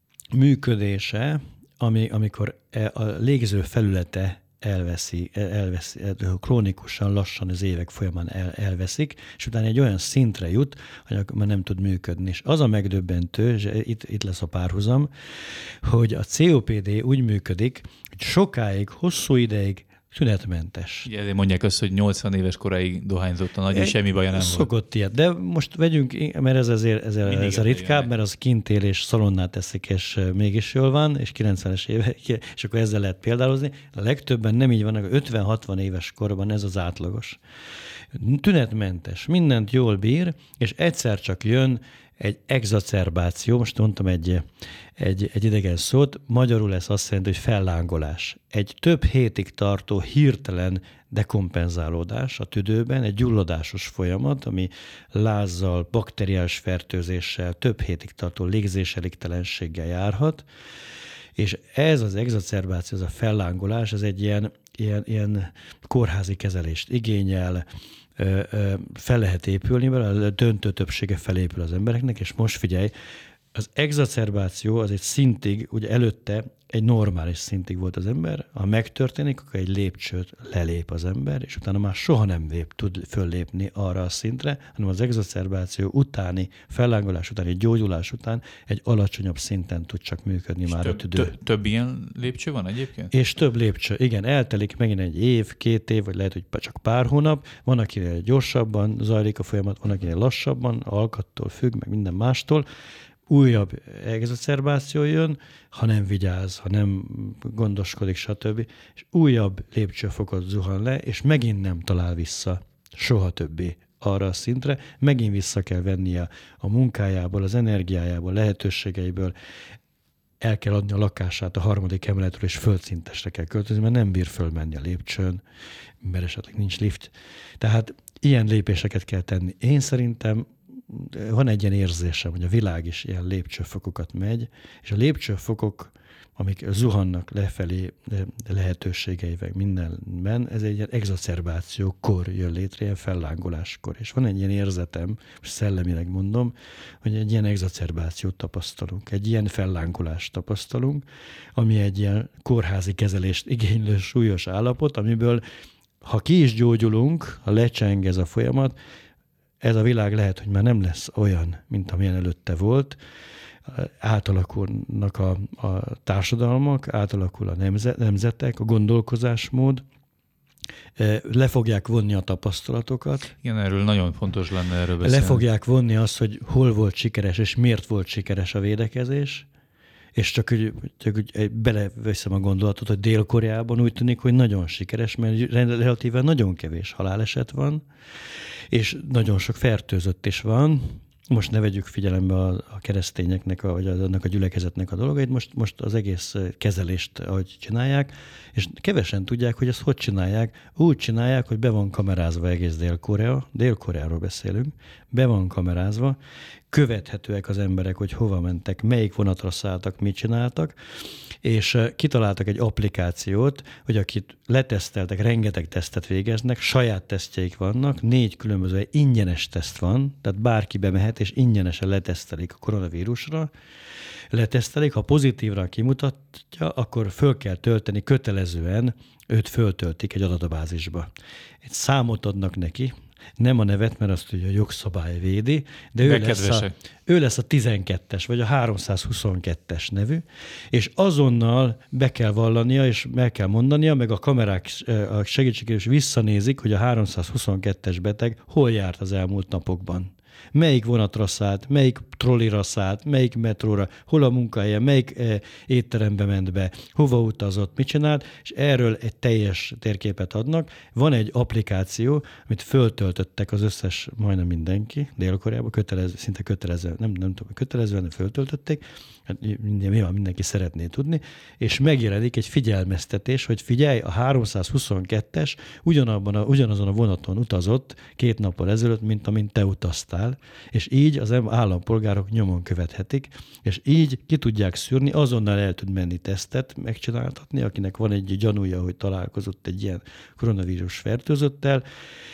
működése, ami, amikor a légző felülete elveszi, elveszi, krónikusan, lassan az évek folyamán el, elveszik, és utána egy olyan szintre jut, hogy már nem tud működni. És az a megdöbbentő, és itt, itt lesz a párhuzam, hogy a cé o pé dé úgy működik, hogy sokáig, hosszú ideig tünetmentes. Ugye ezért mondják azt, hogy nyolcvan éves koráig dohányzott a nagy, és semmi baja nem volt. Szokott ilyet, de most vegyünk, mert ez azért ez, ez a ritkább, mert az kint él és szalonnát teszik, és mégis jól van, és kilencvenes évek, és akkor ezzel lehet példálozni. A legtöbben nem így vannak, ötven-hatvan éves korban ez az átlagos. Tünetmentes, mindent jól bír, és egyszer csak jön egy exacerbáció, most mondtam egy, egy, egy idegen szót, magyarul ez azt jelenti, hogy fellángolás. Egy több hétig tartó hirtelen dekompenzálódás a tüdőben, egy gyulladásos folyamat, ami lázzal, bakteriális fertőzéssel, több hétig tartó légzéselégtelenséggel járhat, és ez az exacerbáció, ez a fellángolás, ez egy ilyen, ilyen, ilyen kórházi kezelést igényel, fel lehet épülni, mert a döntő többsége felépül az embereknek, és most figyelj, az exacerbáció az egy szintig, ugye előtte egy normális szintig volt az ember, ha megtörténik, akkor egy lépcsőt lelép az ember, és utána már soha nem lép, tud föllépni arra a szintre, hanem az exacerbáció utáni, fellángolás utáni, gyógyulás után egy alacsonyabb szinten tud csak működni és már több, a tüdő. Több, több ilyen lépcső van egyébként? És több lépcső, igen, eltelik megint egy év, két év, vagy lehet, hogy csak pár hónap, van, akinél gyorsabban zajlik a folyamat, van, akinél lassabban, alkattól függ, meg minden mástól, újabb exacerbáció jön, ha nem vigyáz, ha nem gondoskodik, stb. És újabb lépcsőfokot zuhan le, és megint nem talál vissza soha többé arra a szintre, megint vissza kell vennie a munkájából, az energiájából, lehetőségeiből, el kell adni a lakását a harmadik emeletről, és földszintesre kell költözni, mert nem bír fölmenni a lépcsőn, mert esetleg nincs lift. Tehát ilyen lépéseket kell tenni. Én szerintem van egy ilyen érzésem, hogy a világ is ilyen lépcsőfokokat megy, és a lépcsőfokok, amik zuhannak lefelé lehetőségeivel mindenben, ez egy ilyen exacerbációkor jön létre, ilyen fellángoláskor. És van egy ilyen érzetem, most szellemileg mondom, hogy egy ilyen exacerbációt tapasztalunk, egy ilyen fellángolást tapasztalunk, ami egy ilyen kórházi kezelést igénylő súlyos állapot, amiből ha ki is gyógyulunk, ha lecseng ez a folyamat, ez a világ lehet, hogy már nem lesz olyan, mint amilyen előtte volt. Átalakulnak a, a társadalmak, átalakul a nemzet, nemzetek, a gondolkozásmód, le fogják vonni a tapasztalatokat. Igen, erről nagyon fontos lenne erről beszélni. Le fogják vonni azt, hogy hol volt sikeres, és miért volt sikeres a védekezés, és csak úgy, csak úgy beleveszem a gondolatot, hogy Dél-Koreában úgy tűnik, hogy nagyon sikeres, mert relatíven nagyon kevés haláleset van, és nagyon sok fertőzött is van. Most ne vegyük figyelembe a, a keresztényeknek, a, vagy annak a gyülekezetnek a dolgait, most, most az egész kezelést, ahogy csinálják, és kevesen tudják, hogy ezt hogy csinálják. Úgy csinálják, hogy be van kamerázva egész Dél-Korea, Dél-Koreáról beszélünk, be van kamerázva, követhetőek az emberek, hogy hova mentek, melyik vonatra szálltak, mit csináltak, és kitaláltak egy applikációt, hogy akit leteszteltek, rengeteg tesztet végeznek, saját tesztjeik vannak, négy különböző ingyenes teszt van, tehát bárki bemehet, és ingyenesen letesztelik a koronavírusra, letesztelik, ha pozitívra kimutatja, akkor föl kell tölteni kötelezően, őt föltöltik egy adatbázisba. Egy számot adnak neki, nem a nevet, mert azt ugye a jogszabály védi, de ő lesz, a, ő lesz a tizenkettes, vagy a háromszázhuszonkettes nevű, és azonnal be kell vallania, és meg kell mondania, meg a kamerák a segítségével is visszanézik, hogy a háromszázhuszonkettes beteg hol járt az elmúlt napokban. Melyik vonatra szállt, melyik trollira szállt, melyik metróra, hol a munkahelye, melyik eh, étterembe ment be, hova utazott, mit csinált, és erről egy teljes térképet adnak. Van egy applikáció, amit föltöltöttek az összes, majdnem mindenki, Dél-Koreában, kötelező, szinte kötelező, nem, nem tudom, kötelezően, de föltöltötték, hát nyilván mindenki szeretné tudni, és megjelenik egy figyelmeztetés, hogy figyelj, a háromszázhuszonkettes ugyanabban a, ugyanazon a vonaton utazott két nappal ezelőtt, mint amint te utaztál, és így az állampolgárok nyomon követhetik, és így ki tudják szűrni, azonnal el tud menni tesztet megcsináltatni, akinek van egy gyanúja, hogy találkozott egy ilyen koronavírus fertőzöttel,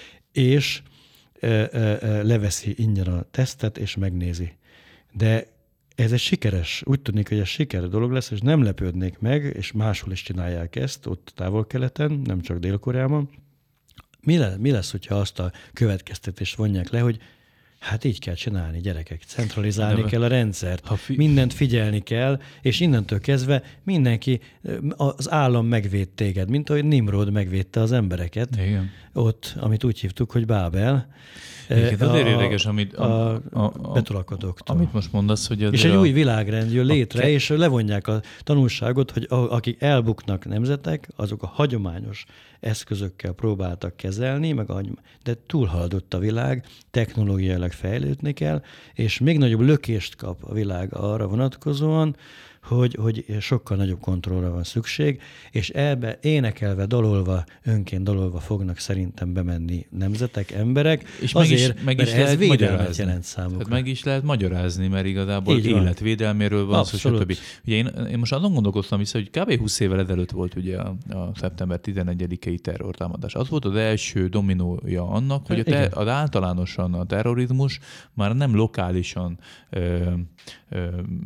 és e, e, e, leveszi ingyen a tesztet, és megnézi. De ez egy sikeres, úgy tudnék, hogy ez sikeres dolog lesz, és nem lepődnék meg, és máshol is csinálják ezt, ott távol-keleten, nem csak Dél-Koreában. Mi, le, mi lesz, hogyha azt a következtetést vonják le, hogy hát így kell csinálni, gyerekek, centralizálni de kell a rendszert, fi- mindent figyelni kell, és innentől kezdve mindenki, az állam megvéd téged, mint ahogy Nimrod megvédte az embereket. Igen. Ott, amit úgy hívtuk, hogy Bábel. Igen, azért a, érdekes, amit, a, a, a, a betolakodóktól. Amit most mondasz, hogy... És egy a, új világrend jön létre, ke- és levonják a tanulságot, hogy akik elbuknak nemzetek, azok a hagyományos eszközökkel próbáltak kezelni, meg a, de túlhaladott a világ, technológiailag fejlődni kell, és még nagyobb lökést kap a világ arra vonatkozóan, hogy, hogy sokkal nagyobb kontrollra van szükség, és ebbe énekelve, dalolva, önként dalolva fognak szerintem bemenni nemzetek, emberek, és azért, meg is, meg is mert ez védelmet jelent számukra. Hát meg is lehet magyarázni, mert igazából életvédelméről van szó, stb. Ugye én, én most azon gondolkoztam vissza, hogy kb. húsz évvel ezelőtt volt ugye a, a szeptember tizenegyedikei terrortámadás. Az volt az első dominója annak, hogy a te, az általánosan a terrorizmus már nem lokálisan ö, ö,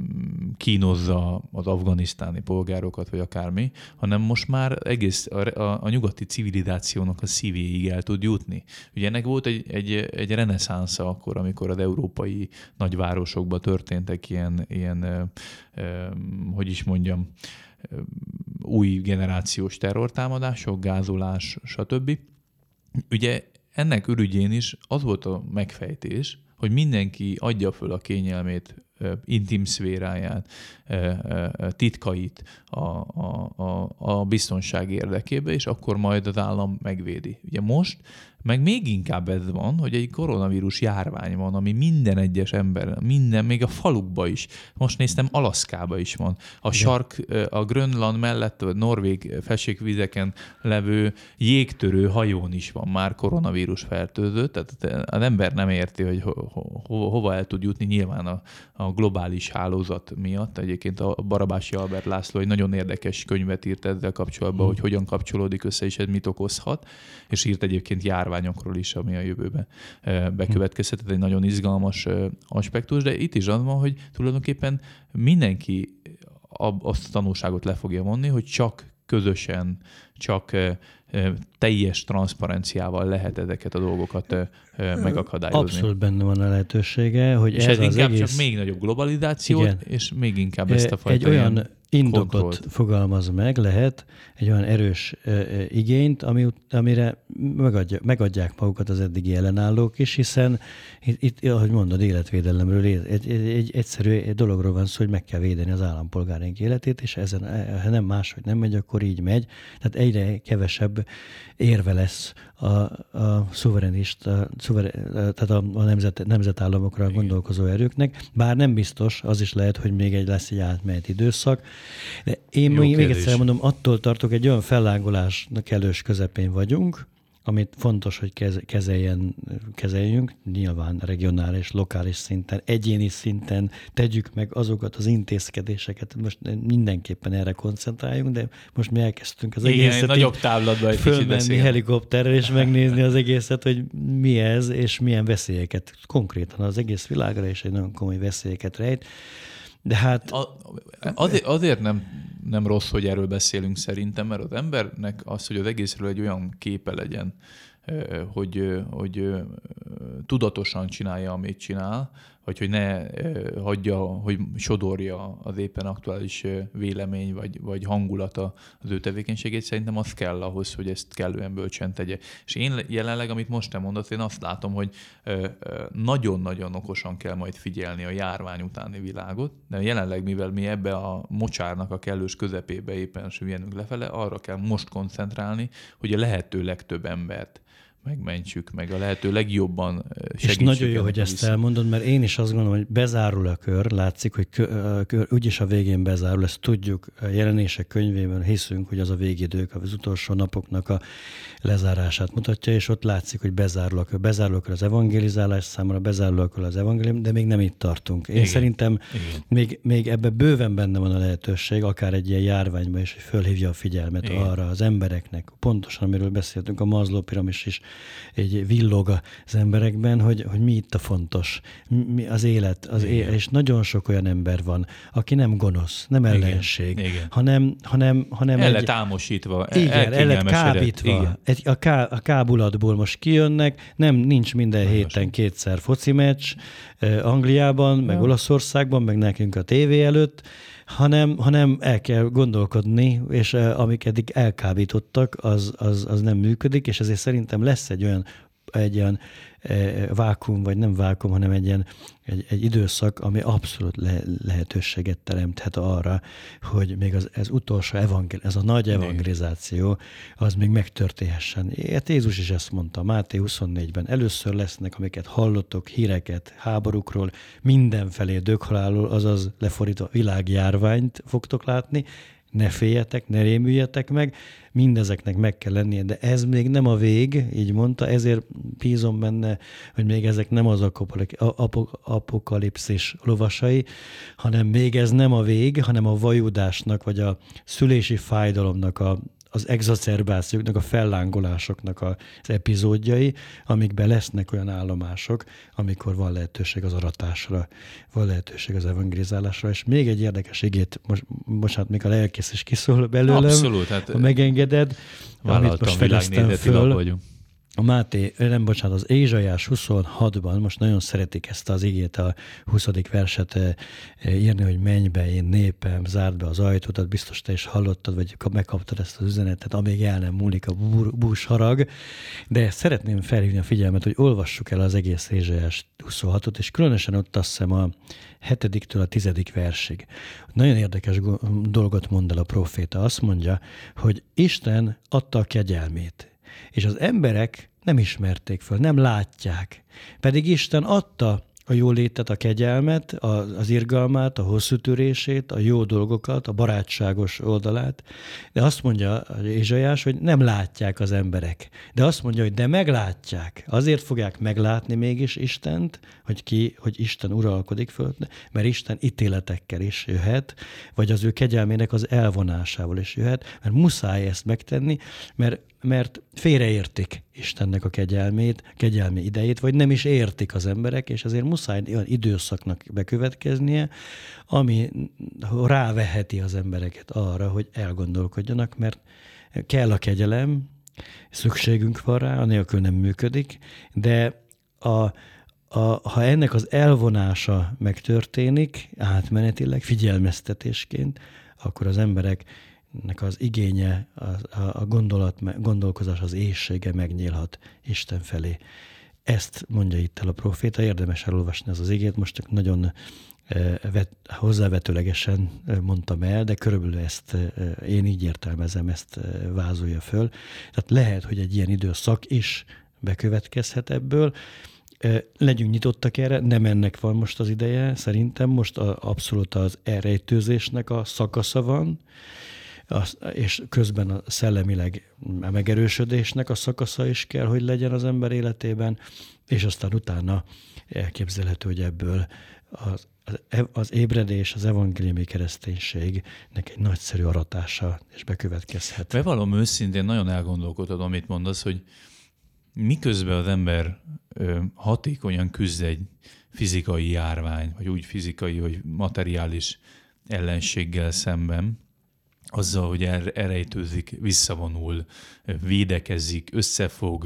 kínozza az afganisztáni polgárokat, vagy akármi, hanem most már egész a, a, a nyugati civilizációnak a szívéig el tud jutni. Ugye ennek volt egy, egy, egy reneszánsza akkor, amikor az európai nagyvárosokban történtek ilyen, ilyen ö, ö, hogy is mondjam, ö, új generációs terrortámadások, gázolás, stb. Ugye ennek ürügyén is az volt a megfejtés, hogy mindenki adja föl a kényelmét, intim szféráját, titkait a, a, a, a biztonság érdekébe, és akkor majd az állam megvédi. Ugye most meg még inkább ez van, hogy egy koronavírus járvány van, ami minden egyes ember, minden, még a falukba is. Most néztem, Alaszkába is van. A igen. sark, a Grönland mellett, a norvég fessékvizeken levő jégtörő hajón is van már koronavírus fertőző, tehát az ember nem érti, hogy ho, ho, hova el tud jutni, nyilván a, a globális hálózat miatt. Egyébként a Barabási Albert László egy nagyon érdekes könyvet írt ezzel kapcsolatban, hmm. hogy hogyan kapcsolódik össze, és ez mit okozhat, és írt egyébként járványokról is, ami a jövőben bekövetkezhet. Ez egy nagyon izgalmas aspektus, de itt is az van, hogy tulajdonképpen mindenki azt a tanulságot le fogja vonni, hogy csak közösen, csak teljes transzparenciával lehet ezeket a dolgokat megakadályozni. Abszolút benne van a lehetősége, hogy és ez, ez az inkább egész... csak még nagyobb globalizációt, igen. és még inkább ezt a fajta egy olyan indokot kontrollt. fogalmaz meg, lehet egy olyan erős uh, igényt, ami, amire megadja, megadják magukat az eddigi ellenállók is, hiszen itt, itt ahogy mondod, életvédelemről, egy, egy, egy egyszerű egy dologról van szó, hogy meg kell védeni az állampolgáraink életét, és ezen, ha nem máshogy nem megy, akkor így megy. Tehát egyre kevesebb érve lesz a, a szuverenista, szuveren, tehát a, a nemzet, nemzetállamokra igen. gondolkozó erőknek, bár nem biztos, az is lehet, hogy még egy lesz egy átmenet időszak. De én még, még egyszer mondom, attól tartok, egy olyan fellángolásnak elős közepén vagyunk, amit fontos, hogy kezeljen, kezeljünk, nyilván regionális, lokális szinten, egyéni szinten tegyük meg azokat az intézkedéseket, most mindenképpen erre koncentráljunk, de most mi elkezdtünk az igen, egészet nagyobb távlatban egy fölmenni helikopterrel, és megnézni az egészet, hogy mi ez, és milyen veszélyeket, konkrétan az egész világra is egy nagyon komoly veszélyeket rejt. De hát... A, azért, azért nem, nem rossz, hogy erről beszélünk szerintem, mert az embernek az, hogy az egészről egy olyan képe legyen, hogy, hogy tudatosan csinálja, amit csinál, vagy hogy ne hagyja, hogy sodorja az éppen aktuális vélemény, vagy, vagy hangulata az ő tevékenységét, szerintem az kell ahhoz, hogy ezt kellően bölcsen tegye. És én jelenleg, amit most te mondasz, én azt látom, hogy nagyon-nagyon okosan kell majd figyelni a járvány utáni világot, de jelenleg, mivel mi ebbe a mocsárnak a kellős közepébe éppen süllyedünk lefele, arra kell most koncentrálni, hogy a lehető legtöbb embert megmentsük, meg a lehető legjobban segítsük. És nagyon jó, hogy ezt elmondod, mert én is azt gondolom, hogy bezárul a kör, látszik, hogy kör, úgyis a végén bezárul, ezt tudjuk, a jelenések könyvében hiszünk, hogy az a végidők, az utolsó napoknak a lezárását mutatja, és ott látszik, hogy bezárul a kör. Bezárul a kör az evangelizálás számára, bezárul a kör az evangélium, de még nem itt tartunk. Én Igen. szerintem Igen. Még, még ebbe bőven benne van a lehetőség, akár egy ilyen járványban is, hogy fölhívja a figyelmet Igen. arra az embereknek. Pontosan, amiről beszéltünk, a Maslow piramis is egy villog az emberekben, hogy, hogy mi itt a fontos, mi az élet, az élet, és nagyon sok olyan ember van, aki nem gonosz, nem ellenség, igen, igen. hanem, hanem, hanem el egy... lett álmosítva, igen, el lett kábítva. Egy, a, ká, a kábulatból most kijönnek, nem, nincs minden Nagyon héten sok. kétszer foci meccs eh, Angliában, meg ja. Olaszországban, meg nekünk a tévé előtt, hanem, hanem el kell gondolkodni, és uh, amik eddig elkábítottak, az, az, az nem működik, és ezért szerintem lesz egy olyan, egy olyan uh, vákum, vagy nem vákum, hanem egy, ilyen, egy, egy időszak, ami abszolút le, lehetőséget teremthet arra, hogy még az, ez utolsó evangel, ez a nagy evangelizáció, az még megtörténhessen. Hát Jézus is ezt mondta, Máté huszonnégyben, először lesznek, amiket hallottok, híreket háborúkról, mindenfelé döghalálról, azaz lefordítva világjárványt fogtok látni, ne féljetek, ne rémüljetek meg, mindezeknek meg kell lennie, de ez még nem a vég, így mondta, ezért bízom benne, hogy még ezek nem az apokalipszis lovasai, hanem még ez nem a vég, hanem a vajudásnak, vagy a szülési fájdalomnak a az exacerbációknak, a fellángolásoknak az epizódjai, amikben lesznek olyan állomások, amikor van lehetőség az aratásra, van lehetőség az evangelizálásra, és még egy érdekes igét, most, bocsánat, még a lelkész is kiszól belőlem, Abszolút, hát ha megengeded, amit most fedeztem föl. A Máté, nem bocsánat, az Ézsaiás huszonhatban, most nagyon szeretik ezt az igét, a huszadik verset írni, hogy menj be, én népem, zárd be az ajtót, biztos te is hallottad, vagy megkaptad ezt az üzenetet, amíg el nem múlik a bús harag, de szeretném felhívni a figyelmet, hogy olvassuk el az egész Ézsaiás huszonhatot, és különösen ott azt hiszem a hetediktől a tizedik versig. Nagyon érdekes dolgot mond el a proféta. Azt mondja, hogy Isten adta a kegyelmét, és az emberek nem ismerték föl, nem látják. Pedig Isten adta a jólétet, a kegyelmet, az irgalmát, a hosszú törését, a jó dolgokat, a barátságos oldalát. De azt mondja Ézsaiás, hogy nem látják az emberek. De azt mondja, hogy de meglátják. Azért fogják meglátni mégis Istent, hogy ki, hogy Isten uralkodik föl, mert Isten ítéletekkel is jöhet, vagy az ő kegyelmének az elvonásával is jöhet, mert muszáj ezt megtenni, mert mert félreértik Istennek a kegyelmét, kegyelmi idejét, vagy nem is értik az emberek, és azért muszáj olyan időszaknak bekövetkeznie, ami ráveheti az embereket arra, hogy elgondolkodjanak, mert kell a kegyelem, szükségünk van rá, anélkül nem működik, de a, a, ha ennek az elvonása megtörténik átmenetileg, figyelmeztetésként, akkor az emberek nek az igénye, a, a gondolat, gondolkozás, az éhsége megnyílhat Isten felé. Ezt mondja itt el a proféta, érdemes elolvasni az az igét, most csak nagyon vet, hozzávetőlegesen mondtam el, de körülbelül ezt én így értelmezem, ezt vázolja föl. Tehát lehet, hogy egy ilyen időszak is bekövetkezhet ebből. Legyünk nyitottak erre, nem ennek van most az ideje, szerintem most a, abszolút az elrejtőzésnek a szakasza van, és közben a szellemileg a megerősödésnek a szakasza is kell, hogy legyen az ember életében, és aztán utána elképzelhető, hogy ebből az, az ébredés, az evangéliumi kereszténységnek egy nagyszerű aratása is bekövetkezhet. Bevallom őszintén, nagyon elgondolkodod, amit mondasz, hogy miközben az ember hatékonyan küzd egy fizikai járvány, vagy úgy fizikai, hogy materiális ellenséggel szemben, azzal, hogy el, elrejtőzik, visszavonul, védekezik, összefog,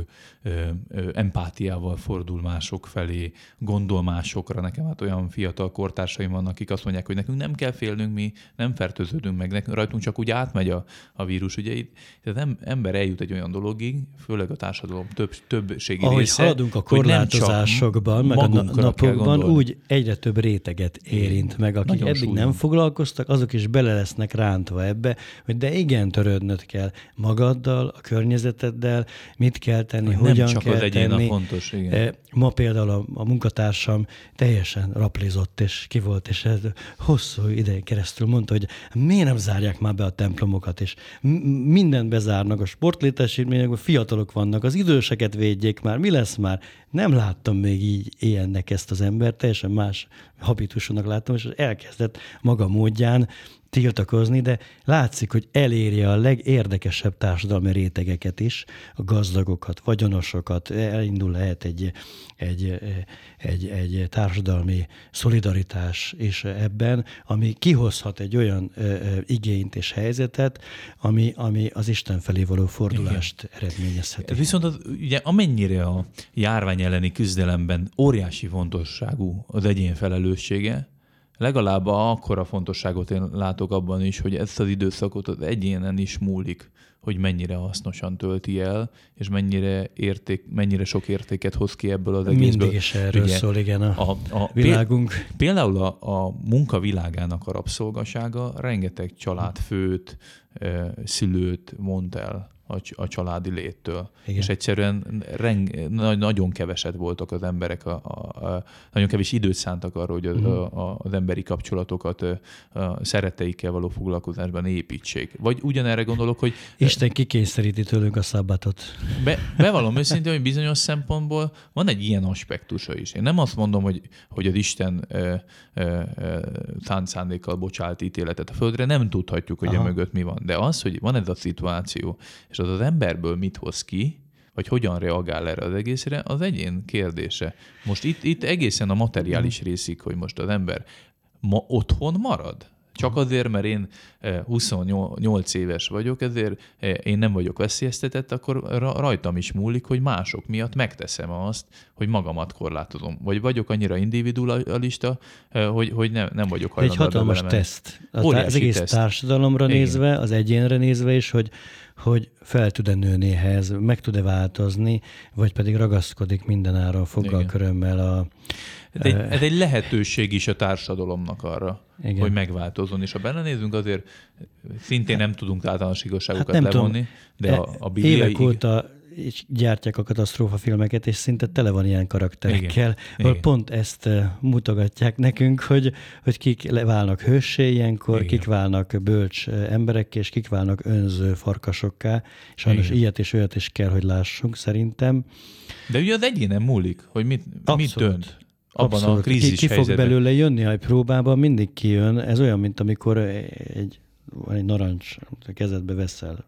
empátiával fordul mások felé, gondol másokra. Nekem hát olyan fiatal kortársaim vannak, akik azt mondják, hogy nekünk nem kell félnünk, mi nem fertőződünk meg, nekünk, rajtunk csak úgy átmegy a, a vírus. Ugye itt tehát ember eljut egy olyan dologig, főleg a társadalom több, többségi ahogy része, haladunk a korlátozásokban, meg a napokban, úgy egyre több réteget érint Igen. meg, akik Nagyon eddig súlyos. nem foglalkoztak, azok is bele lesznek rántva ebbe, hogy de igen, törődnöd kell magaddal, a környezeteddel, mit kell tenni, nem hogyan csak kell az egyén tenni. a fontos, igen. Ma például a, a munkatársam teljesen raplizott, és ki volt, és ez hosszú ideig keresztül mondta, hogy miért nem zárják már be a templomokat, és mindent bezárnak, a sportlétesítmények, fiatalok vannak, az időseket védjék már, mi lesz már? Nem láttam még így ilyennek ezt az embert, teljesen más habitusúnak láttam, és elkezdett maga módján tiltakozni, de látszik, hogy eléri a legérdekesebb társadalmi rétegeket is, a gazdagokat, vagyonosokat, elindul lehet egy, egy, egy, egy társadalmi szolidaritás is ebben, ami kihozhat egy olyan ö, ö, igényt és helyzetet, ami, ami az Isten felé való fordulást Igen. eredményezheti. Viszont az, ugye amennyire a járvány elleni küzdelemben óriási fontosságú az egyén felelőssége, legalább akkora fontosságot én látok abban is, hogy ezt az időszakot az egyénen is múlik, hogy mennyire hasznosan tölti el, és mennyire, érték, mennyire sok értéket hoz ki ebből az egészből. Mindig is erről Ugye, szól, igen, a, a, a világunk. Például a, a munkavilágának a rabszolgasága rengeteg családfőt, szülőt mond el a, a családi léttől. Igen. És egyszerűen reng, nagyon keveset voltak az emberek, a, a, a, nagyon kevés időt szántak arra, hogy a, uh-huh. a, a, az emberi kapcsolatokat a, a szeretteikkel való foglalkozásban építsék. Vagy ugyanerre gondolok, hogy... Isten kikényszeríti tőlünk a szabbatot. Be, bevallom őszintén, hogy bizonyos szempontból van egy ilyen aspektusa is. Én nem azt mondom, hogy, hogy az Isten szánt szándékkal bocsált ítéletet a földre, nem tudhatjuk, hogy Aha. emögött mi van. De az, hogy van ez a szituáció, és az az emberből mit hoz ki, vagy hogyan reagál erre az egészre, az egyén kérdése. Most itt, itt egészen a materiális részig, hogy most az ember ma otthon marad? Csak azért, mert én huszonnyolc éves vagyok, ezért én nem vagyok veszélyeztetett, akkor rajtam is múlik, hogy mások miatt megteszem azt, hogy magamat korlátozom. Vagy vagyok annyira individualista, hogy, hogy nem, nem vagyok hajlandó. Egy hatalmas teszt. Az, az egész teszt. Társadalomra Igen. nézve, az egyénre nézve is, hogy hogy fel tud-e nőni ehhez, meg tud-e változni, vagy pedig ragaszkodik mindenáron foggalkörömmel a... Ez egy, ez egy lehetőség is a társadalomnak arra, Igen. hogy megváltozzon. És ha belenézünk, azért szintén nem tudunk általános igazságokat hát levonni, tudom. de a, a bibliai... Évek óta gyártják a katasztrófafilmeket, és szinte tele van ilyen karakterekkel, ahol pont ezt mutogatják nekünk, hogy, hogy kik válnak hőssé ilyenkor, Igen. kik válnak bölcs emberekké, és kik válnak önző farkasokká. Sajnos Igen. ilyet és olyat is kell, hogy lássunk szerintem. De ugye az egyénen múlik, hogy mit, mit dönt. Abban Abszolút. a krízis ki, ki fog helyzetben. belőle jönni, ha egy próbában mindig kijön. Ez olyan, mint amikor egy, egy narancs a kezedbe veszel,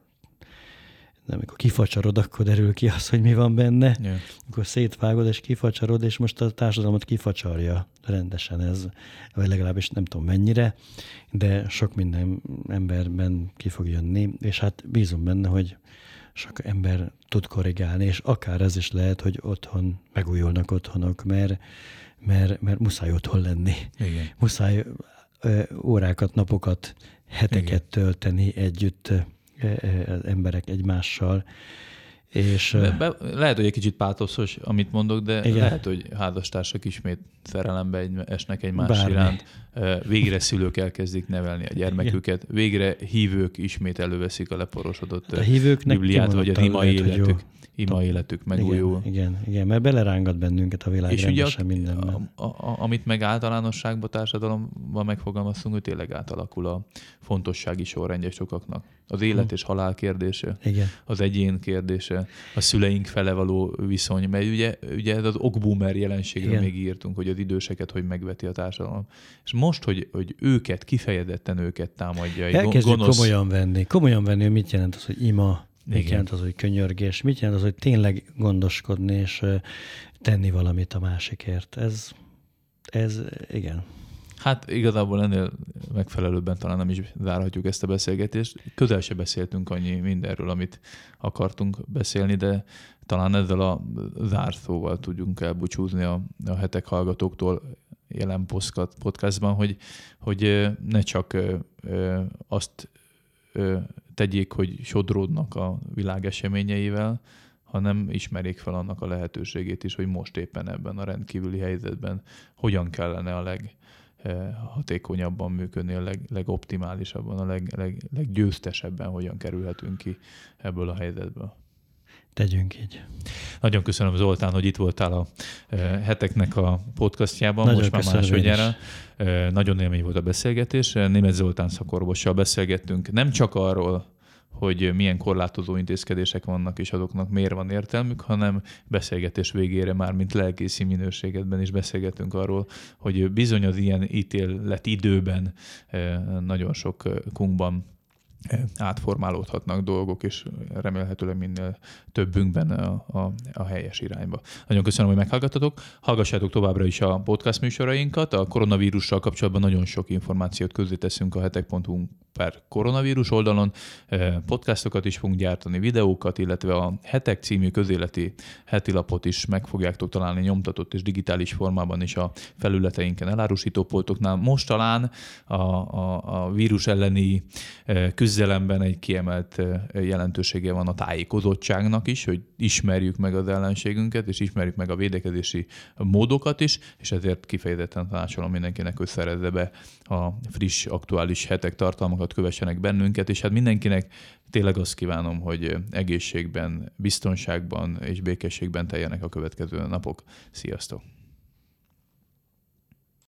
de amikor kifacsarod, akkor derül ki az, hogy mi van benne. Yeah. Akkor szétvágod és kifacsarod, és most a társadalmat kifacsarja rendesen ez, vagy legalábbis nem tudom mennyire, de sok minden emberben ki fog jönni, és hát bízom benne, hogy sok ember tud korrigálni, és akár ez is lehet, hogy otthon megújulnak otthonok, mert, mert, mert muszáj otthon lenni. Igen. Muszáj ö, órákat, napokat, heteket Igen. tölteni együtt az emberek egymással. És, be, be, lehet, hogy egy kicsit pátoszos, amit mondok, de igen. lehet, hogy házastársak ismét szerelembe egy, esnek egymás Bármi. iránt. Végre szülők elkezdik nevelni a gyermeküket. Igen. Végre hívők ismét előveszik a leporosodott a Bibliát, vagy az ima életük. Ima életük megújul. Igen, igen, igen, mert belerángat bennünket a világ rendesen mindenben. A, a, amit meg általánosságban, társadalomban megfogalmaztunk, hogy tényleg átalakul a fontossági sorrendje sokaknak. Az élet hmm. és halál kérdése, igen. az egyén kérdése, a szüleink fele való viszony, mert ugye, ugye ez az okboomer jelenségről igen. még írtunk, hogy az időseket hogy megveti a társadalom. És most, hogy, hogy őket, kifejezetten őket támadja. Elkezdjük gonosz... komolyan venni. Komolyan venni, hogy mit jelent az, hogy ima, mit igen. jelent az, hogy könyörgés, mit jelent az, hogy tényleg gondoskodni és tenni valamit a másikért. Ez, ez igen. Hát igazából ennél megfelelőbben talán nem is zárhatjuk ezt a beszélgetést. Közel se beszéltünk annyi mindenről, amit akartunk beszélni, de talán ezzel a zárszóval tudjunk elbúcsúzni a, a hetek hallgatóktól jelen podcastban, hogy, hogy ne csak azt tegyék, hogy sodródnak a világ eseményeivel, hanem ismerjék fel annak a lehetőségét is, hogy most éppen ebben a rendkívüli helyzetben hogyan kellene a leghatékonyabban működni, a leg, legoptimálisabban, a leg, leg, leggyőztesebben hogyan kerülhetünk ki ebből a helyzetből. Tegyünk így. Nagyon köszönöm, Zoltán, hogy itt voltál a heteknek a podcastjában. Nagyon most már másodjára. Nagyon élmény volt a beszélgetés. Németh Zoltán szakorvossal beszélgettünk nem csak arról, hogy milyen korlátozó intézkedések vannak, és azoknak miért van értelmük, hanem beszélgetés végére már, mint lelkészi minőségedben is beszélgetünk arról, hogy bizony az ilyen ítélet időben nagyon sokunkban átformálódhatnak dolgok, és remélhetőleg minél többünkben a, a, a helyes irányba. Nagyon köszönöm, hogy meghallgattatok. Hallgassátok továbbra is a podcast műsorainkat. A koronavírussal kapcsolatban nagyon sok információt közzéteszünk a hetek pont hu per koronavírus oldalon. Podcastokat is fogunk gyártani, videókat, illetve a Hetek című közéleti heti lapot is meg fogjátok találni nyomtatott és digitális formában is a felületeinken, elárusítópultoknál. Most talán a, a, a vírus elleni küzdelemben egy kiemelt jelentősége van a tájékozottságnak is, hogy ismerjük meg az ellenségünket, és ismerjük meg a védekezési módokat is, és ezért kifejezetten tanácsolom mindenkinek, hogy szerezze be a friss, aktuális hetek tartalmakat, kövessenek bennünket, és hát mindenkinek tényleg azt kívánom, hogy egészségben, biztonságban és békességben teljenek a következő napok. Sziasztok!